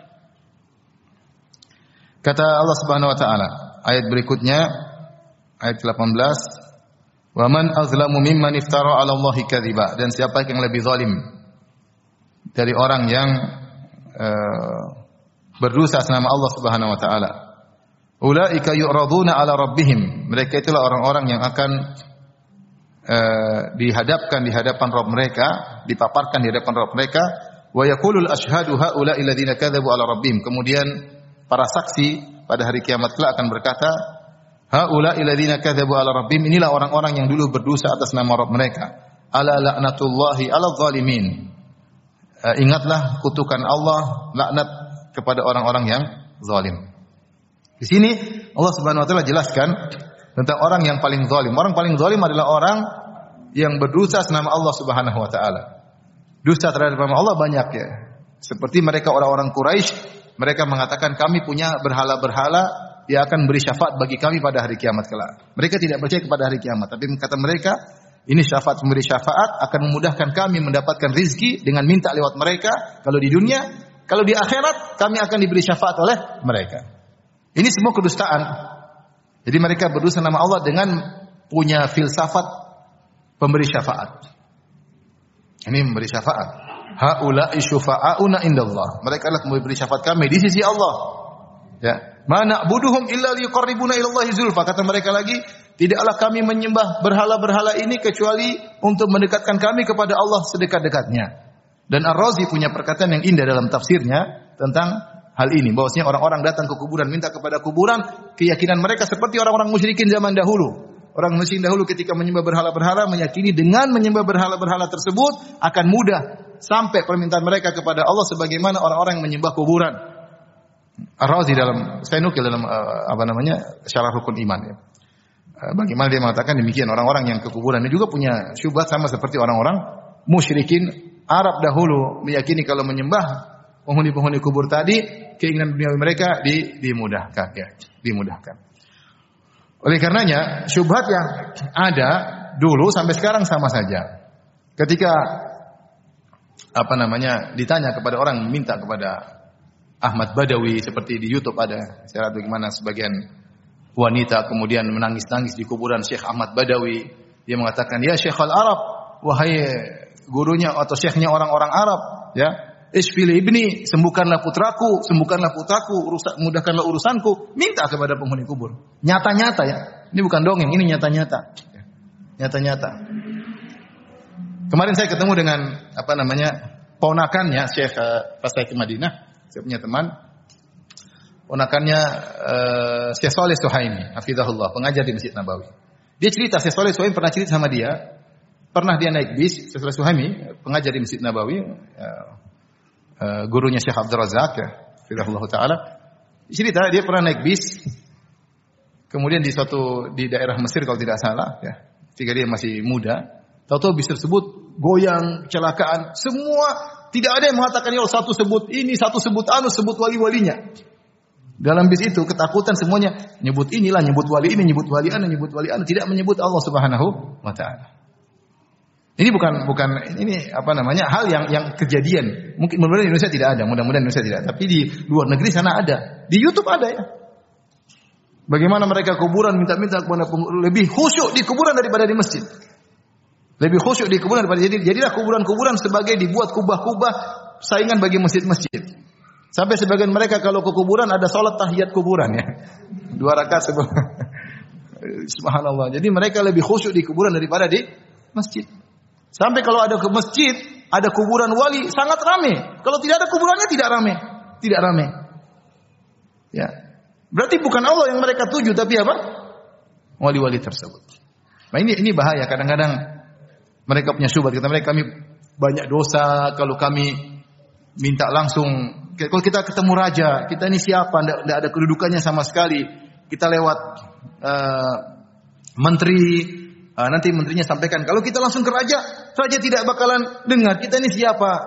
Kata Allah Subhanahu wa taala, ayat berikutnya ayat 18, "Wa man azlamu mimman iftara 'ala Allahi kadziba." Dan siapa yang lebih zalim dari orang yang berdosa atas nama Allah Subhanahu wa taala. Ulaika yu'raduna 'ala rabbihim. Mereka itulah orang-orang yang akan dihadapkan di hadapan Rabb mereka, dipaparkan di hadapan Rabb mereka, wa yaqulul asyhadu haula'i alladziina kadzabu 'ala rabbihim. Kemudian para saksi pada hari kiamat kelak akan berkata, haula'i alladziina kadzabu 'ala rabbihim. Inilah orang-orang yang dulu berdosa atas nama Rabb mereka. Ala la'natullahi 'alal zalimin. Ingatlah kutukan Allah, laknat kepada orang-orang yang zalim. Di sini Allah Subhanahu wa taala jelaskan tentang orang yang paling zalim. Orang paling zalim adalah orang yang berdosa atas nama Allah Subhanahu wa taala. Dusta terhadap nama Allah banyak ya. Seperti mereka orang-orang Quraisy, mereka mengatakan kami punya berhala-berhala yang akan beri syafaat bagi kami pada hari kiamat kelak. Mereka tidak percaya kepada hari kiamat, tapi kata mereka, ini syafaat memberi syafaat akan memudahkan kami mendapatkan rizki dengan minta lewat mereka. Kalau di dunia, kalau di akhirat kami akan diberi syafaat oleh mereka. Ini semua kedustaan. Jadi mereka berdosa nama Allah dengan punya filsafat pemberi syafaat. Ini memberi syafaat. Haula'i syufa'auna indallah. Mereka adalah memberi syafaat kami di sisi Allah. Ya. Ma na'buduhum illa liqarribuna ila Allahi zulfa. Kata mereka lagi, tidaklah kami menyembah berhala-berhala ini kecuali untuk mendekatkan kami kepada Allah sedekat-dekatnya. Dan Ar-Razi punya perkataan yang indah dalam tafsirnya tentang hal ini, bahwasanya orang-orang datang ke kuburan minta kepada kuburan, keyakinan mereka seperti orang-orang musyrikin zaman dahulu. Orang musyrikin dahulu ketika menyembah berhala-berhala meyakini dengan menyembah berhala-berhala tersebut akan mudah sampai permintaan mereka kepada Allah sebagaimana orang-orang yang menyembah kuburan. Ar-Razi saya nukil dalam syarah rukun iman ya. Bagaimana dia mengatakan demikian, orang-orang yang ke kuburan ini juga punya syubhat sama seperti orang-orang musyrikin Arab dahulu meyakini kalau menyembah penghuni-penghuni kubur tadi, keinginan dunia mereka dimudahkan ya, dimudahkan. Oleh karenanya, syubhat yang ada dulu sampai sekarang sama saja. Ketika ditanya kepada orang minta kepada Ahmad Badawi seperti di YouTube ada, saya lihat bagaimana sebagian wanita kemudian menangis-nangis di kuburan Syekh Ahmad Badawi. Dia mengatakan, "Ya Syekhul Arab, wahai gurunya atau syekhnya orang-orang Arab, ya, Isfili ibni, sembuhkanlah putraku, mudahkanlah urusanku." Minta kepada penghuni kubur. Nyata-nyata ya. Ini bukan dongeng, ini nyata-nyata. Nyata-nyata. Kemarin saya ketemu dengan ponakannya Syekh pas saya ke Madinah, saya punya teman. Ponakannya Syekh Saleh Suhaimi, hafizahullah, pengajar di Masjid Nabawi. Dia cerita, Syekh Saleh Suhaimi pernah cerita sama dia, pernah dia naik bis, Syekh Saleh Suhaimi, pengajar di Masjid Nabawi, gurunya Syekh Abdul Razak ya, hafizahullah taala. Cerita dia pernah naik bis, kemudian di daerah Mesir kalau tidak salah ya, ketika dia masih muda, tahu-tahu bis tersebut goyang, kecelakaan, semua tidak ada yang mengatakan ya satu sebut ini, satu sebut anu, sebut wali-walinya. Dalam bis itu ketakutan semuanya nyebut inilah, nyebut wali ini, nyebut wali ana, tidak menyebut Allah Subhanahu wa taala. Ini bukan ini hal yang kejadian. Mungkin mudah-mudahan di Indonesia tidak ada, mudah-mudahan Indonesia tidak. Tapi di luar negeri sana ada. Di YouTube ada ya. Bagaimana mereka kuburan minta-minta kepada lebih khusyuk di kuburan daripada di masjid. Lebih khusyuk di kuburan daripada jadilah kuburan-kuburan sebagai dibuat kubah-kubah saingan bagi masjid-masjid. Sampai sebagian mereka kalau ke kuburan ada salat tahiyat kuburan ya. 2 rakaat sebelum. Subhanallah. Jadi mereka lebih khusyuk di kuburan daripada di masjid. Sampai kalau ada ke masjid, ada kuburan wali, sangat ramai. Kalau tidak ada kuburannya tidak ramai. Tidak ramai. Ya. Berarti bukan Allah yang mereka tuju, tapi apa? Wali-wali tersebut. Nah ini bahaya. Kadang-kadang mereka punya syubhat. Kata mereka, kami banyak dosa kalau kami minta langsung. Kalau kita ketemu raja, kita ini siapa? Tidak ada kedudukannya sama sekali. Kita lewat menteri. Nanti menterinya sampaikan. Kalau kita langsung ke raja, raja tidak bakalan dengar. Kita ini siapa?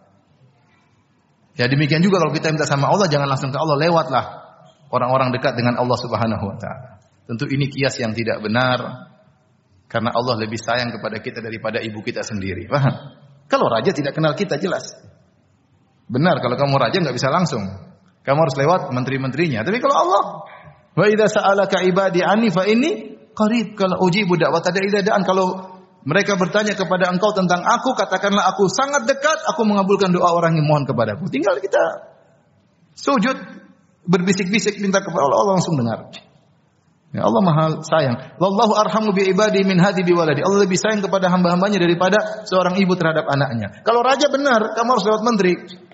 Ya demikian juga kalau kita minta sama Allah, jangan langsung ke Allah. Lewatlah orang-orang dekat dengan Allah Subhanahu wa taala. Tentu ini kias yang tidak benar. Karena Allah lebih sayang kepada kita daripada ibu kita sendiri. Paham? Kalau raja tidak kenal kita, jelas. Benar, kalau kamu raja enggak bisa langsung. Kamu harus lewat menteri-menterinya. Tapi kalau Allah, wa idza sa'alaka ibadi anni fa inni qarib, kalau ujibu da'wata da'i idza da'an, kalau mereka bertanya kepada engkau tentang aku, katakanlah aku sangat dekat, aku mengabulkan doa orang yang mohon kepadaku. Tinggal kita sujud, berbisik-bisik minta kepada Allah, Allah langsung dengar. Ya, Allah Maha sayang. Wallahu arhamu bi ibadi min hadi bi waladi. Allah lebih sayang kepada hamba-hambanya daripada seorang ibu terhadap anaknya. Kalau raja benar, kamu harus lewat menteri.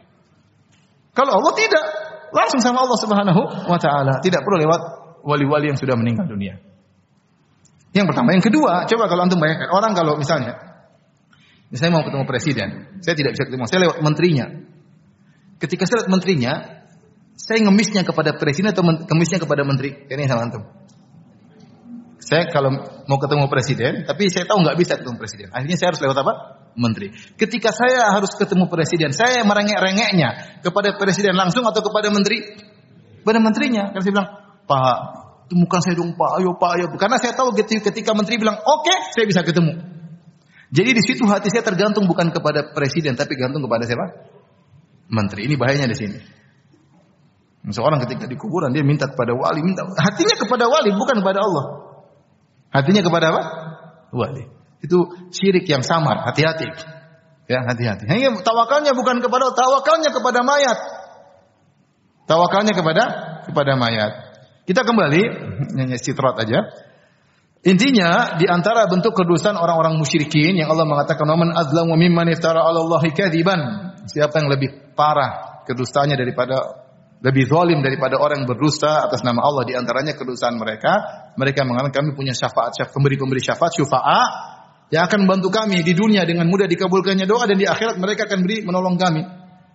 Kalau Allah tidak, langsung sama Allah Subhanahu wa taala. Tidak perlu lewat wali-wali yang sudah meninggal dunia. Yang pertama, yang kedua, coba kalau antum bayangkan orang kalau misalnya mau ketemu presiden, saya tidak bisa ketemu, saya lewat menterinya. Ketika saya lewat menterinya, saya ngemisnya kepada presiden atau ngemisnya kepada menteri? Ini sama antum. Saya kalau mau ketemu presiden, tapi saya tahu nggak bisa ketemu presiden. Akhirnya saya harus lewat apa? Menteri. Ketika saya harus ketemu presiden, saya merengek-rengeknya kepada presiden langsung atau kepada menteri? Kepada menterinya. Karena saya bilang, Pak, temukan saya dong Pak, ayo Pak, ayo. Karena saya tahu ketika menteri bilang, oke, saya bisa ketemu. Jadi di situ hati saya tergantung bukan kepada presiden, tapi gantung kepada siapa? Menteri. Ini bahayanya di sini. Seorang ketika di kuburan, dia minta kepada wali, hatinya kepada wali, bukan kepada Allah. Hatinya kepada apa? Wali. Itu syirik yang samar. Hati-hati. Ya, hati-hati. Hanya tawakalnya bukan kepada Allah, tawakalnya kepada mayat. Tawakalnya kepada mayat. Kita kembali nyanyi citrat aja. Intinya di antara bentuk kedustaan orang-orang musyrikin yang Allah mengatakan man azlamu mimman iftara 'ala Allahi kadziban. Siapa yang lebih parah kedustaannya daripada lebih zalim daripada orang yang berdusta atas nama Allah, di antaranya kedustaan mereka mengatakan kami punya syafaat, pemberi syafaat, syufa'a yang akan membantu kami di dunia dengan mudah dikabulkannya doa, dan di akhirat mereka akan beri menolong kami.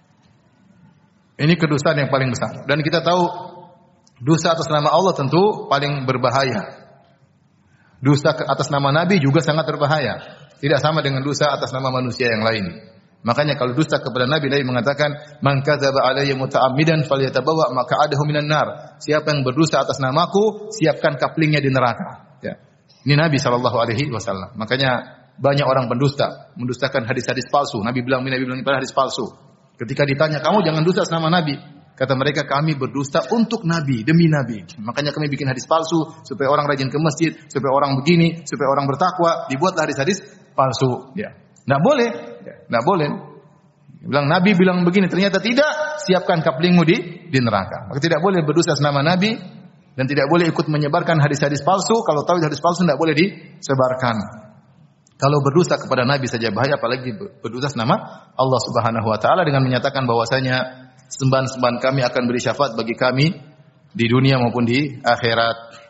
Ini kedustaan yang paling besar. Dan kita tahu dusta atas nama Allah tentu paling berbahaya. Dusta atas nama Nabi juga sangat berbahaya. Tidak sama dengan dusta atas nama manusia yang lain. Makanya kalau dusta kepada Nabi mengatakan man kadzaba alayya muta'ammidan falyatabawa maq'adahu minan nar. Siapa yang berdusta atas namaku, siapkan kaplingnya di neraka. Ya. Ini Nabi SAW. Makanya banyak orang pendusta, mendustakan hadis-hadis palsu. Nabi bilang hadis palsu. Ketika ditanya, kamu jangan dusta atas nama Nabi. Kata mereka, kami berdusta untuk Nabi, demi Nabi. Makanya kami bikin hadis palsu, supaya orang rajin ke masjid, supaya orang begini, supaya orang bertakwa. Dibuatlah hadis-hadis palsu. Ya. Nggak boleh. Nggak boleh. Bilang Nabi bilang begini, ternyata tidak, siapkan kaplingmu di neraka. Maka tidak boleh berdusta atas nama Nabi, dan tidak boleh ikut menyebarkan hadis-hadis palsu. Kalau tahu hadis palsu tidak boleh disebarkan. Kalau berdusta kepada Nabi saja bahaya, apalagi berdusta atas nama Allah Subhanahu wa taala dengan menyatakan bahwasanya sembahan-sembahan kami akan beri syafaat bagi kami di dunia maupun di akhirat.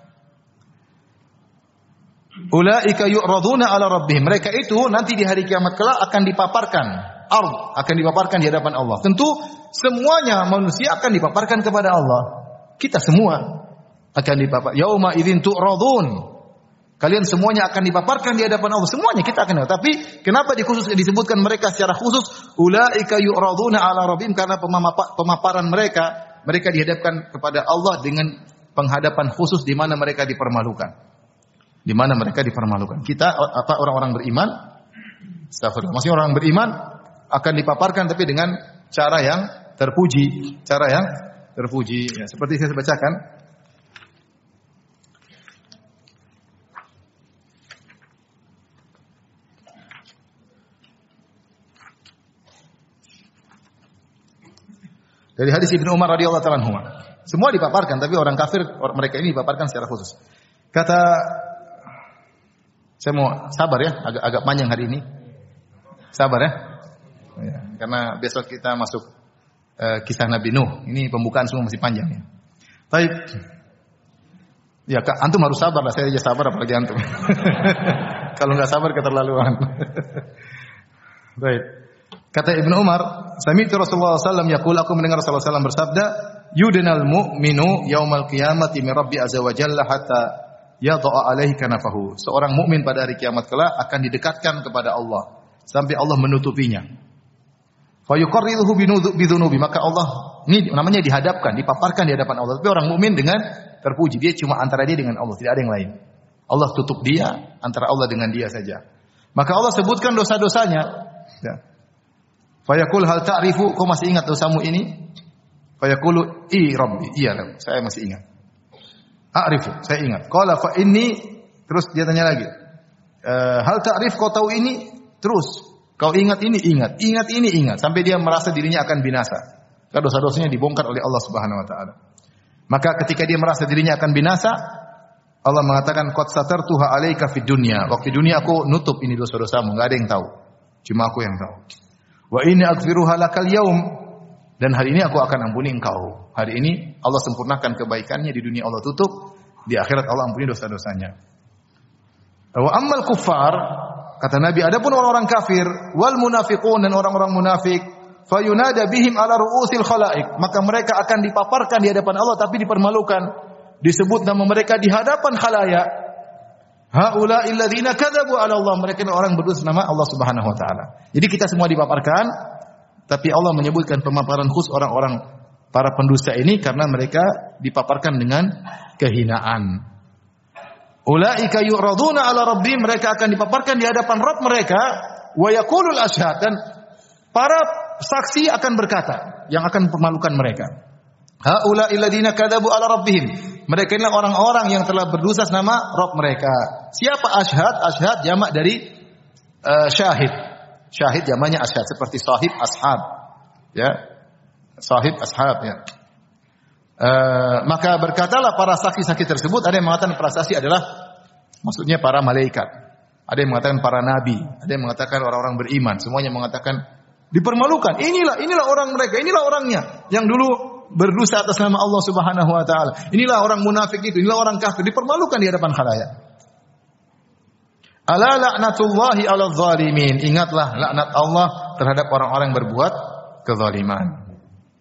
Ulaika yu'raduna 'ala rabbihim. Mereka itu nanti di hari kiamat kelak akan dipaparkan. Akan dipaparkan di hadapan Allah. Tentu semuanya manusia akan dipaparkan kepada Allah. Kita semua akan dipaparkan. Yauma idzin tu'radun. Kalian semuanya akan dipaparkan di hadapan Allah. Semuanya kita akan. Tapi kenapa disebutkan mereka secara khusus? Ulaika yu'raduna 'ala rabbihim, karena pemaparan mereka mereka dihadapkan kepada Allah dengan penghadapan khusus di mana mereka dipermalukan. Di mana mereka dipermalukan. Kita orang-orang beriman, astagfirullah, maksudnya orang beriman akan dipaparkan tapi dengan cara yang terpuji, ya, seperti saya bacakan. Dari hadis Ibnu Umar radhiyallahu ta'ala anhu. Semua dipaparkan, tapi orang kafir, mereka ini dipaparkan secara khusus. Kata, saya mau sabar ya, agak panjang hari ini. Sabar ya. Ya, karena besok kita masuk kisah Nabi Nuh. Ini pembukaan semua masih panjang ya. Baik. Ya, antum harus sabar lah. Saya aja sabar apalagi antum. Kalau nggak sabar keterlaluan. Baik. Kata Ibnu Umar, sami'tu Rasulullah sallallahu alaihi wasallam yaqul, aku mendengar Rasulullah sallallahu alaihi wasallam bersabda, yudnal mu'minu yaumal qiyamati min rabbi azza wa jalla hatta yadha'a alaihi kanafahu. Seorang mukmin pada hari kiamat kelak akan didekatkan kepada Allah sampai Allah menutupinya. Fa yuqarriruhu bidzunubi, maka Allah ini namanya dihadapkan, dipaparkan di hadapan Allah. Tapi orang mukmin dengan terpuji, dia cuma antara dia dengan Allah, tidak ada yang lain. Allah tutup dia, antara Allah dengan dia saja. Maka Allah sebutkan dosa-dosanya. Ya. Fayaqul hal ta'rifu, kau masih ingat dosamu ini? Fayaqulu rabbi, iya saya masih ingat. A'rifu, saya ingat. Qala fa inni, terus dia tanya lagi. Hal ta'rif, kau tahu ini? Terus kau ingat ini, ingat ini, ingat, sampai dia merasa dirinya akan binasa. Karena dosa-dosanya dibongkar oleh Allah Subhanahu wa taala. Maka ketika dia merasa dirinya akan binasa, Allah mengatakan qad satartuha 'alaika fid dunya. Waktu dunia aku nutup ini dosa-dosamu, enggak ada yang tahu. Cuma aku yang tahu. Wa inni aghfiruha lakal yaum, dan hari ini aku akan ampuni engkau. Hari ini Allah sempurnakan kebaikannya, di dunia Allah tutup, di akhirat Allah ampuni dosa-dosanya. Wa ammal kuffar, kata Nabi, adapun orang-orang kafir, wal munafiqun, dan orang-orang munafik, fayunada bihim ala ru'usil khalaik, maka mereka akan dipaparkan di hadapan Allah tapi dipermalukan, disebut nama mereka di hadapan khalayak. Haula'i alladzina kadzabu 'ala Allah, mereka orang berdusta nama Allah Subhanahu wa taala. Jadi kita semua dipaparkan, tapi Allah menyebutkan pemaparan khusus orang-orang para pendusta ini karena mereka dipaparkan dengan kehinaan. Ulaika yu'raduna 'ala rabbihim, mereka akan dipaparkan di hadapan Rabb mereka, wa yaqulul ashhad, dan para saksi akan berkata yang akan mempermalukan mereka. Haula'i alladzina kadzabu 'ala rabbihim, mereka inilah orang-orang yang telah berdosa nama Rabb mereka. Siapa ashhad? Ashhad jamak dari syahid. Syahid jamaknya ashhad, seperti sahib ashab. Ya. Sahib ashab ya. Maka berkatalah para saksi-saksi tersebut, ada yang mengatakan para saksi adalah maksudnya para malaikat. Ada yang mengatakan para nabi, ada yang mengatakan orang-orang beriman, semuanya mengatakan dipermalukan. Inilah orang mereka, inilah orangnya yang dulu berdosa atas nama Allah Subhanahu wa taala. Inilah orang munafik itu, inilah orang kafir, dipermalukan di hadapan khalayak. Ala la'natullahi 'alal zalimin. Ingatlah laknat Allah terhadap orang-orang yang berbuat kezaliman.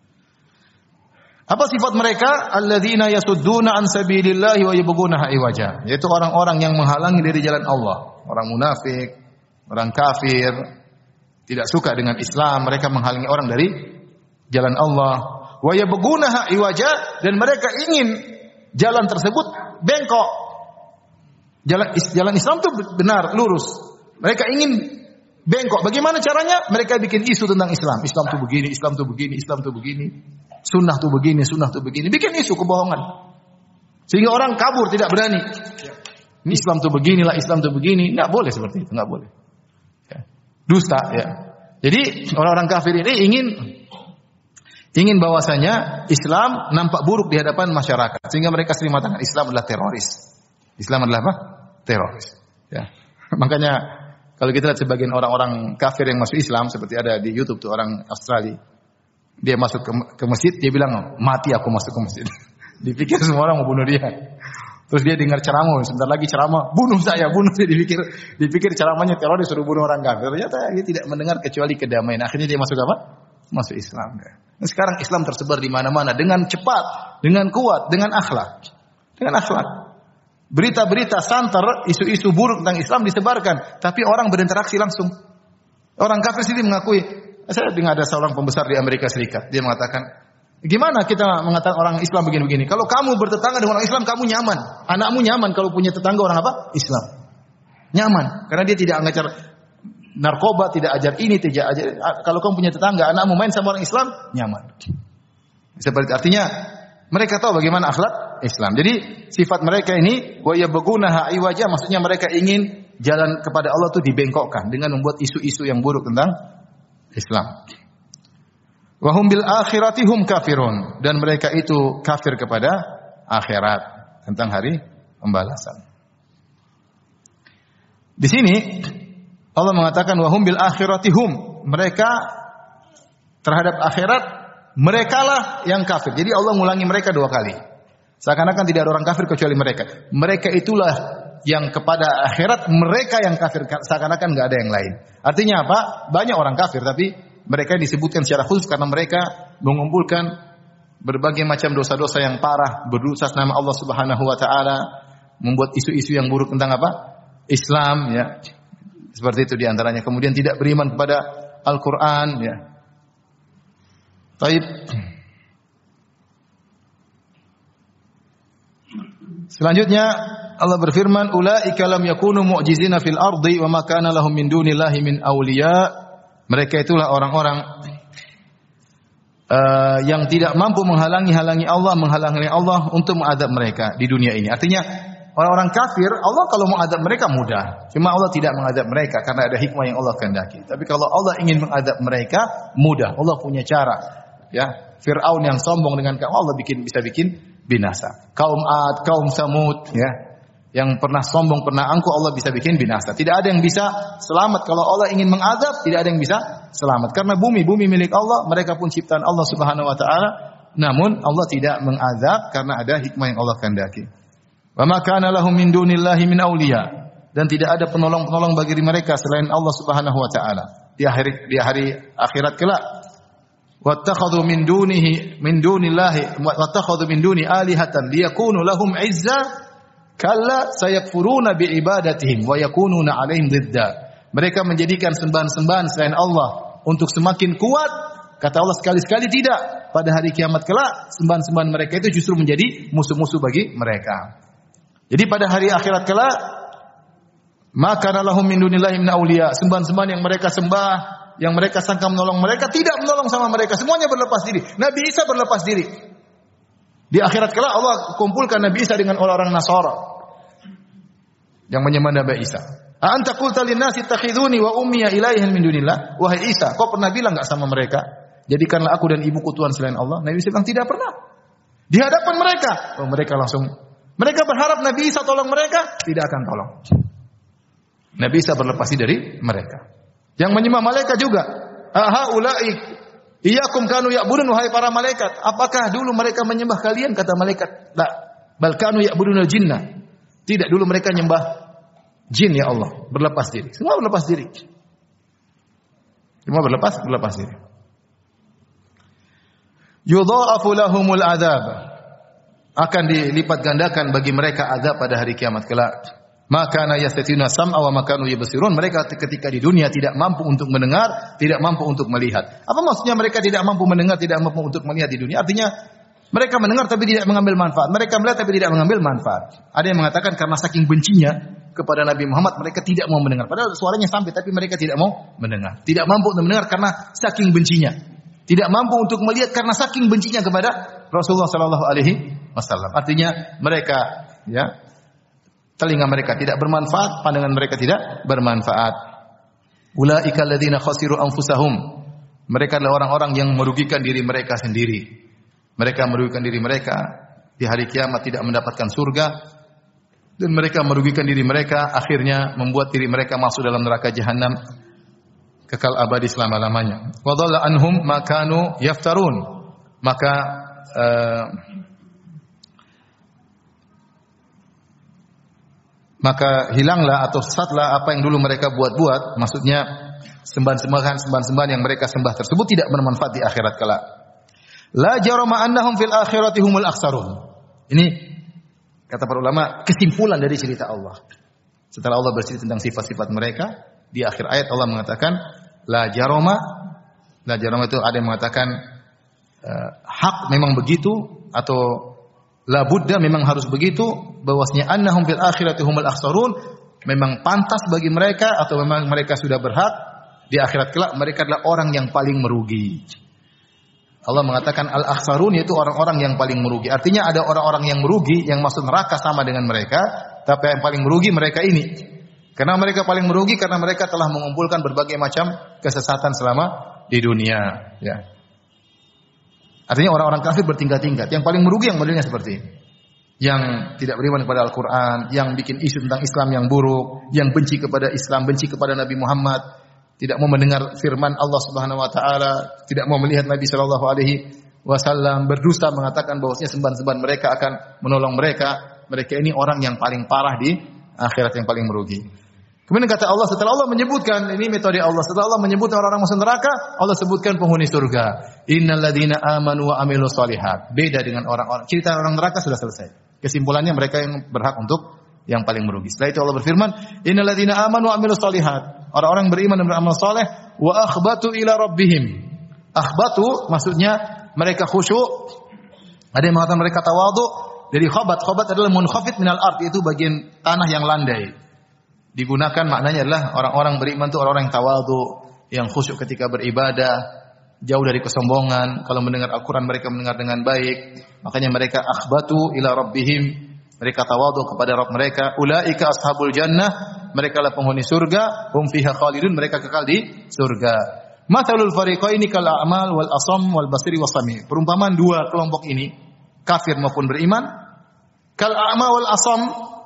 Apa sifat mereka? Alladzina yasudduna an sabilillahi wa yabghunaha iwaja. Yaitu orang-orang yang menghalangi dari jalan Allah. Orang munafik, orang kafir, tidak suka dengan Islam, mereka menghalangi orang dari jalan Allah. Wa yabghunaha iwaja, dan mereka ingin jalan tersebut bengkok. Jalan Islam itu benar, lurus. Mereka ingin bengkok. Bagaimana caranya? Mereka bikin isu tentang Islam. Islam itu begini, Islam itu begini, Islam itu begini. Sunnah itu begini, sunnah itu begini. Bikin isu kebohongan. Sehingga orang kabur, tidak berani. Ini Islam itu beginilah, Islam itu begini. Enggak boleh seperti itu, enggak boleh. Dusta ya. Jadi orang-orang kafir ini ingin bahwasanya Islam nampak buruk di hadapan masyarakat, sehingga mereka sering mengatakan Islam adalah teroris. Islam adalah apa? Teroris. Ya. Makanya kalau kita lihat sebagian orang-orang kafir yang masuk Islam, seperti ada di YouTube tuh orang Australia, dia masuk ke masjid, dia bilang mati aku masuk ke masjid. Dipikir semua orang mau bunuh dia. Terus dia dengar ceramah, sebentar lagi ceramah, bunuh saya. Dipikir ceramahnya teroris, suruh bunuh orang kafir. Ternyata dia tidak mendengar kecuali kedamaian. Akhirnya dia masuk apa? Masuk Islam. Nah, sekarang Islam tersebar di mana-mana dengan cepat, dengan kuat, dengan akhlak. Dengan akhlak. Berita-berita santer, isu-isu buruk tentang Islam disebarkan, tapi orang berinteraksi langsung. Orang kafir sendiri mengakui. Saya dengar ada seorang pembesar di Amerika Serikat, dia mengatakan, Gimana kita mengatakan orang Islam begini-begini? Kalau kamu bertetangga dengan orang Islam, kamu nyaman. Anakmu nyaman kalau punya tetangga orang apa? Islam. Nyaman. Karena dia tidak ngajar narkoba, tidak ajar ini, tidak ajar. Kalau kamu punya tetangga, anakmu main sama orang Islam, nyaman. Seperti artinya, mereka tahu bagaimana akhlak Islam. Jadi sifat mereka ini, wa yabghunaha iwaja, maksudnya mereka ingin jalan kepada Allah itu dibengkokkan dengan membuat isu-isu yang buruk tentang Islam. Wa hum bil akhirati hum kafirun, dan mereka itu kafir kepada akhirat, tentang hari pembalasan. Di sini Allah mengatakan wa hum bil akhirati hum, mereka terhadap akhirat merekalah yang kafir. Jadi Allah mengulangi mereka dua kali. Seakan-akan tidak ada orang kafir kecuali mereka. Mereka itulah yang kepada akhirat, mereka yang kafir, seakan-akan enggak ada yang lain. Artinya apa? Banyak orang kafir, tapi mereka disebutkan secara khusus karena mereka mengumpulkan berbagai macam dosa-dosa yang parah, berdosa nama Allah Subhanahu wa taala, membuat isu-isu yang buruk tentang apa? Islam, ya. Seperti itu di antaranya. Kemudian tidak beriman kepada Al-Qur'an, ya. Baik. Selanjutnya Allah berfirman, ulaika lam yakunu mu'jizina fil ardi wa ma kana lahum min dunillahi min awliya. Mereka itulah orang-orang yang tidak mampu menghalangi Allah untuk mengadab mereka di dunia ini. Artinya orang-orang kafir, Allah kalau mau adab mereka mudah. Cuma Allah tidak mengadab mereka karena ada hikmah yang Allah kehendaki. Tapi kalau Allah ingin mengadab mereka, mudah. Allah punya cara. Ya, Fir'aun yang sombong dengan kaum, Allah bisa bikin binasa. Kaum Ad, kaum Samud, ya, yang pernah sombong, pernah angkuh, Allah bisa bikin binasa. Tidak ada yang bisa selamat. Kalau Allah ingin mengadab, tidak ada yang bisa selamat. Karena bumi milik Allah, mereka pun ciptaan Allah Subhanahu wa taala. Namun Allah tidak mengadab karena ada hikmah yang Allah kehendaki. Wa ma kana lahum min dunillahi min awliya, dan tidak ada penolong-penolong bagi mereka selain Allah Subhanahu wa taala di hari akhirat kelak. Wattakhadhu min dunillahi wattakhadhu min duni alihatan liyakunu lahum izza kalla sayakfuruna biibadatihim wa yakununa alaihim didda. Mereka menjadikan sembahan-sembahan selain Allah untuk semakin kuat. Kata Allah sekali-sekali tidak. Pada hari kiamat kelak sembahan-sembahan mereka itu justru menjadi musuh-musuh bagi mereka. Jadi pada hari akhirat kelak, maka lahum min dunillahi min awliya, sembahan-sembahan yang mereka sembah, yang mereka sangka menolong mereka, tidak menolong sama mereka, semuanya berlepas diri. Nabi Isa berlepas diri. Di akhirat kelak Allah kumpulkan Nabi Isa dengan orang-orang Nasara yang menyembah Nabi Isa. A anta qulta lin-nasi ittakhiduni wa ummiya ilaahan min dunillah? Wahai Isa, kau pernah bilang enggak sama mereka, jadikanlah aku dan ibuku Tuhan selain Allah? Nabi Isa bilang tidak pernah. Di hadapan mereka, mereka berharap Nabi Isa tolong mereka, tidak akan tolong. Nabi Isa berlepas diri dari mereka. Yang menyembah malaikat juga. Aha ulaik iyyakum kanu ya'budun, wahai para malaikat, apakah dulu mereka menyembah kalian? Kata malaikat, la, bal kanu ya'budunal jinna. Tidak, dulu mereka menyembah jin ya Allah. Berlepas diri. Semua berlepas diri. Semua berlepas diri. Yudha'afu lahumul adzab. Akan dilipat gandakan bagi mereka azab pada hari kiamat kelak. Maka yastatina sam'a wa makanu yubsirun. Mereka ketika di dunia tidak mampu untuk mendengar, tidak mampu untuk melihat. Apa maksudnya mereka tidak mampu mendengar, tidak mampu untuk melihat di dunia? Artinya mereka mendengar tapi tidak mengambil manfaat. Mereka melihat tapi tidak mengambil manfaat. Ada yang mengatakan karena saking bencinya kepada Nabi Muhammad, mereka tidak mau mendengar. Padahal suaranya sampai tapi mereka tidak mau mendengar. Tidak mampu untuk mendengar karena saking bencinya. Tidak mampu untuk melihat karena saking bencinya kepada Rasulullah sallallahu alaihi wasallam. Artinya mereka, ya, telinga mereka tidak bermanfaat, pandangan mereka tidak bermanfaat. Ulaika alladzina khasiru anfusahum. Mereka adalah orang-orang yang merugikan diri mereka sendiri. Mereka merugikan diri mereka di hari kiamat, tidak mendapatkan surga, dan mereka merugikan diri mereka, akhirnya membuat diri mereka masuk dalam neraka jahanam kekal abadi selama-lamanya. Wa dhalla anhum ma kanu yaftarun. Maka hilanglah atau sesatlah apa yang dulu mereka buat-buat, maksudnya sembahan-sembahan yang mereka sembah tersebut tidak bermanfaat di akhirat kelak. La jarama annahum fil akhirati humul akhsarun. Ini kata para ulama kesimpulan dari cerita Allah. Setelah Allah bercerita tentang sifat-sifat mereka, di akhir ayat Allah mengatakan la jarama itu ada yang mengatakan hak memang begitu atau la budda memang harus begitu, bahwasanya annahum fil akhirati humul akhsarun, memang pantas bagi mereka atau memang mereka sudah berhak di akhirat kelak mereka adalah orang yang paling merugi. Allah mengatakan al-akhsarun yaitu orang-orang yang paling merugi. Artinya ada orang-orang yang merugi yang masuk neraka sama dengan mereka, tapi yang paling merugi mereka ini. Karena mereka paling merugi karena mereka telah mengumpulkan berbagai macam kesesatan selama di dunia, ya. Artinya orang-orang kafir bertingkat-tingkat. Yang paling merugi yang modelnya seperti ini. Yang tidak beriman kepada Al-Quran, yang bikin isu tentang Islam yang buruk, yang benci kepada Islam, benci kepada Nabi Muhammad, tidak mau mendengar firman Allah Subhanahu wa taala, tidak mau melihat Nabi sallallahu alaihi wasallam, berdusta mengatakan bahwasanya sembahan-sembahan mereka akan menolong mereka. Mereka ini orang yang paling parah di akhirat, yang paling merugi. Kemudian kata Allah, setelah Allah menyebutkan, ini metode Allah, setelah Allah menyebutkan orang-orang masuk neraka, Allah sebutkan penghuni surga. Innal ladzina amanu wa amilus shalihat. Beda dengan orang-orang. Cerita orang neraka sudah selesai. Kesimpulannya mereka yang berhak untuk yang paling merugi. Setelah itu Allah berfirman, innal ladzina amanu wa amilus shalihat. Orang-orang beriman dan beramal saleh wa akhbatu ila rabbihim. Akhbatu maksudnya mereka khusyuk. Ada yang mengatakan mereka tawadhu. Dari khabat adalah munkhafid minal ard, itu bagian tanah yang landai. Digunakan maknanya adalah orang-orang beriman itu orang-orang yang tawadhu, yang khusyuk ketika beribadah, jauh dari kesombongan. Kalau mendengar Al-Quran mereka mendengar dengan baik. Makanya mereka akhbatu ila rabbihim, mereka tawadhu kepada Rabb mereka. Ulaika ashabul jannah, mereka adalah penghuni surga. Hum fiha khalidun, mereka kekal di surga. Mathalul fariqaini kal a'mal wal asam wal basiri was sami. Perumpamaan dua kelompok ini, kafir maupun beriman, kal a'ma wal asam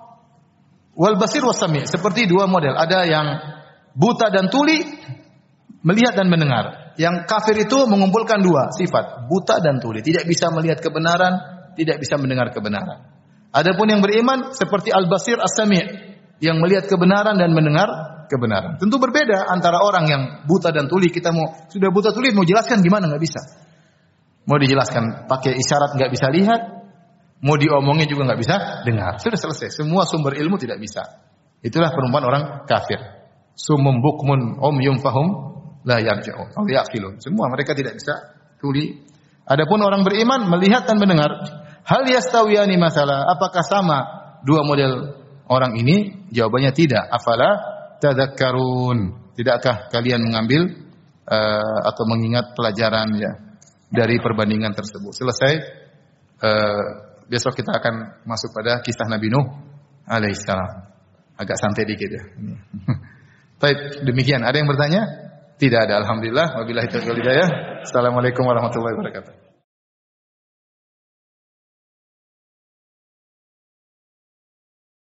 wal basir wasami, seperti dua model. Ada yang buta dan tuli, melihat dan mendengar. Yang kafir itu mengumpulkan dua sifat, buta dan tuli, tidak bisa melihat kebenaran, tidak bisa mendengar kebenaran. Adapun yang beriman seperti al-basir as-sami', yang melihat kebenaran dan mendengar kebenaran. Tentu berbeda antara orang yang buta dan tuli. Kita sudah buta tuli mau jelaskan gimana, enggak bisa. Mau dijelaskan pakai isyarat enggak bisa lihat. Mau diomongnya juga nggak bisa dengar. Sudah selesai. Semua sumber ilmu tidak bisa. Itulah perumpamaan orang kafir. Summum bukmun umyum fahum la yarji'un. Aw yaqilun. Semua mereka tidak bisa tuli. Adapun orang beriman melihat dan mendengar. Hal yastawiyani masalah. Apakah sama dua model orang ini? Jawabannya tidak. Afala tadzakkarun. Tidakkah kalian mengambil atau mengingat pelajaran ya dari perbandingan tersebut? Selesai. Besok kita akan masuk pada kisah Nabi Nuh alaihissalam. Agak santai dikit ya. Baik, demikian. Ada yang bertanya? Tidak ada. Alhamdulillah. Wabillahi taufiq wal hidayah. Assalamualaikum warahmatullahi wabarakatuh.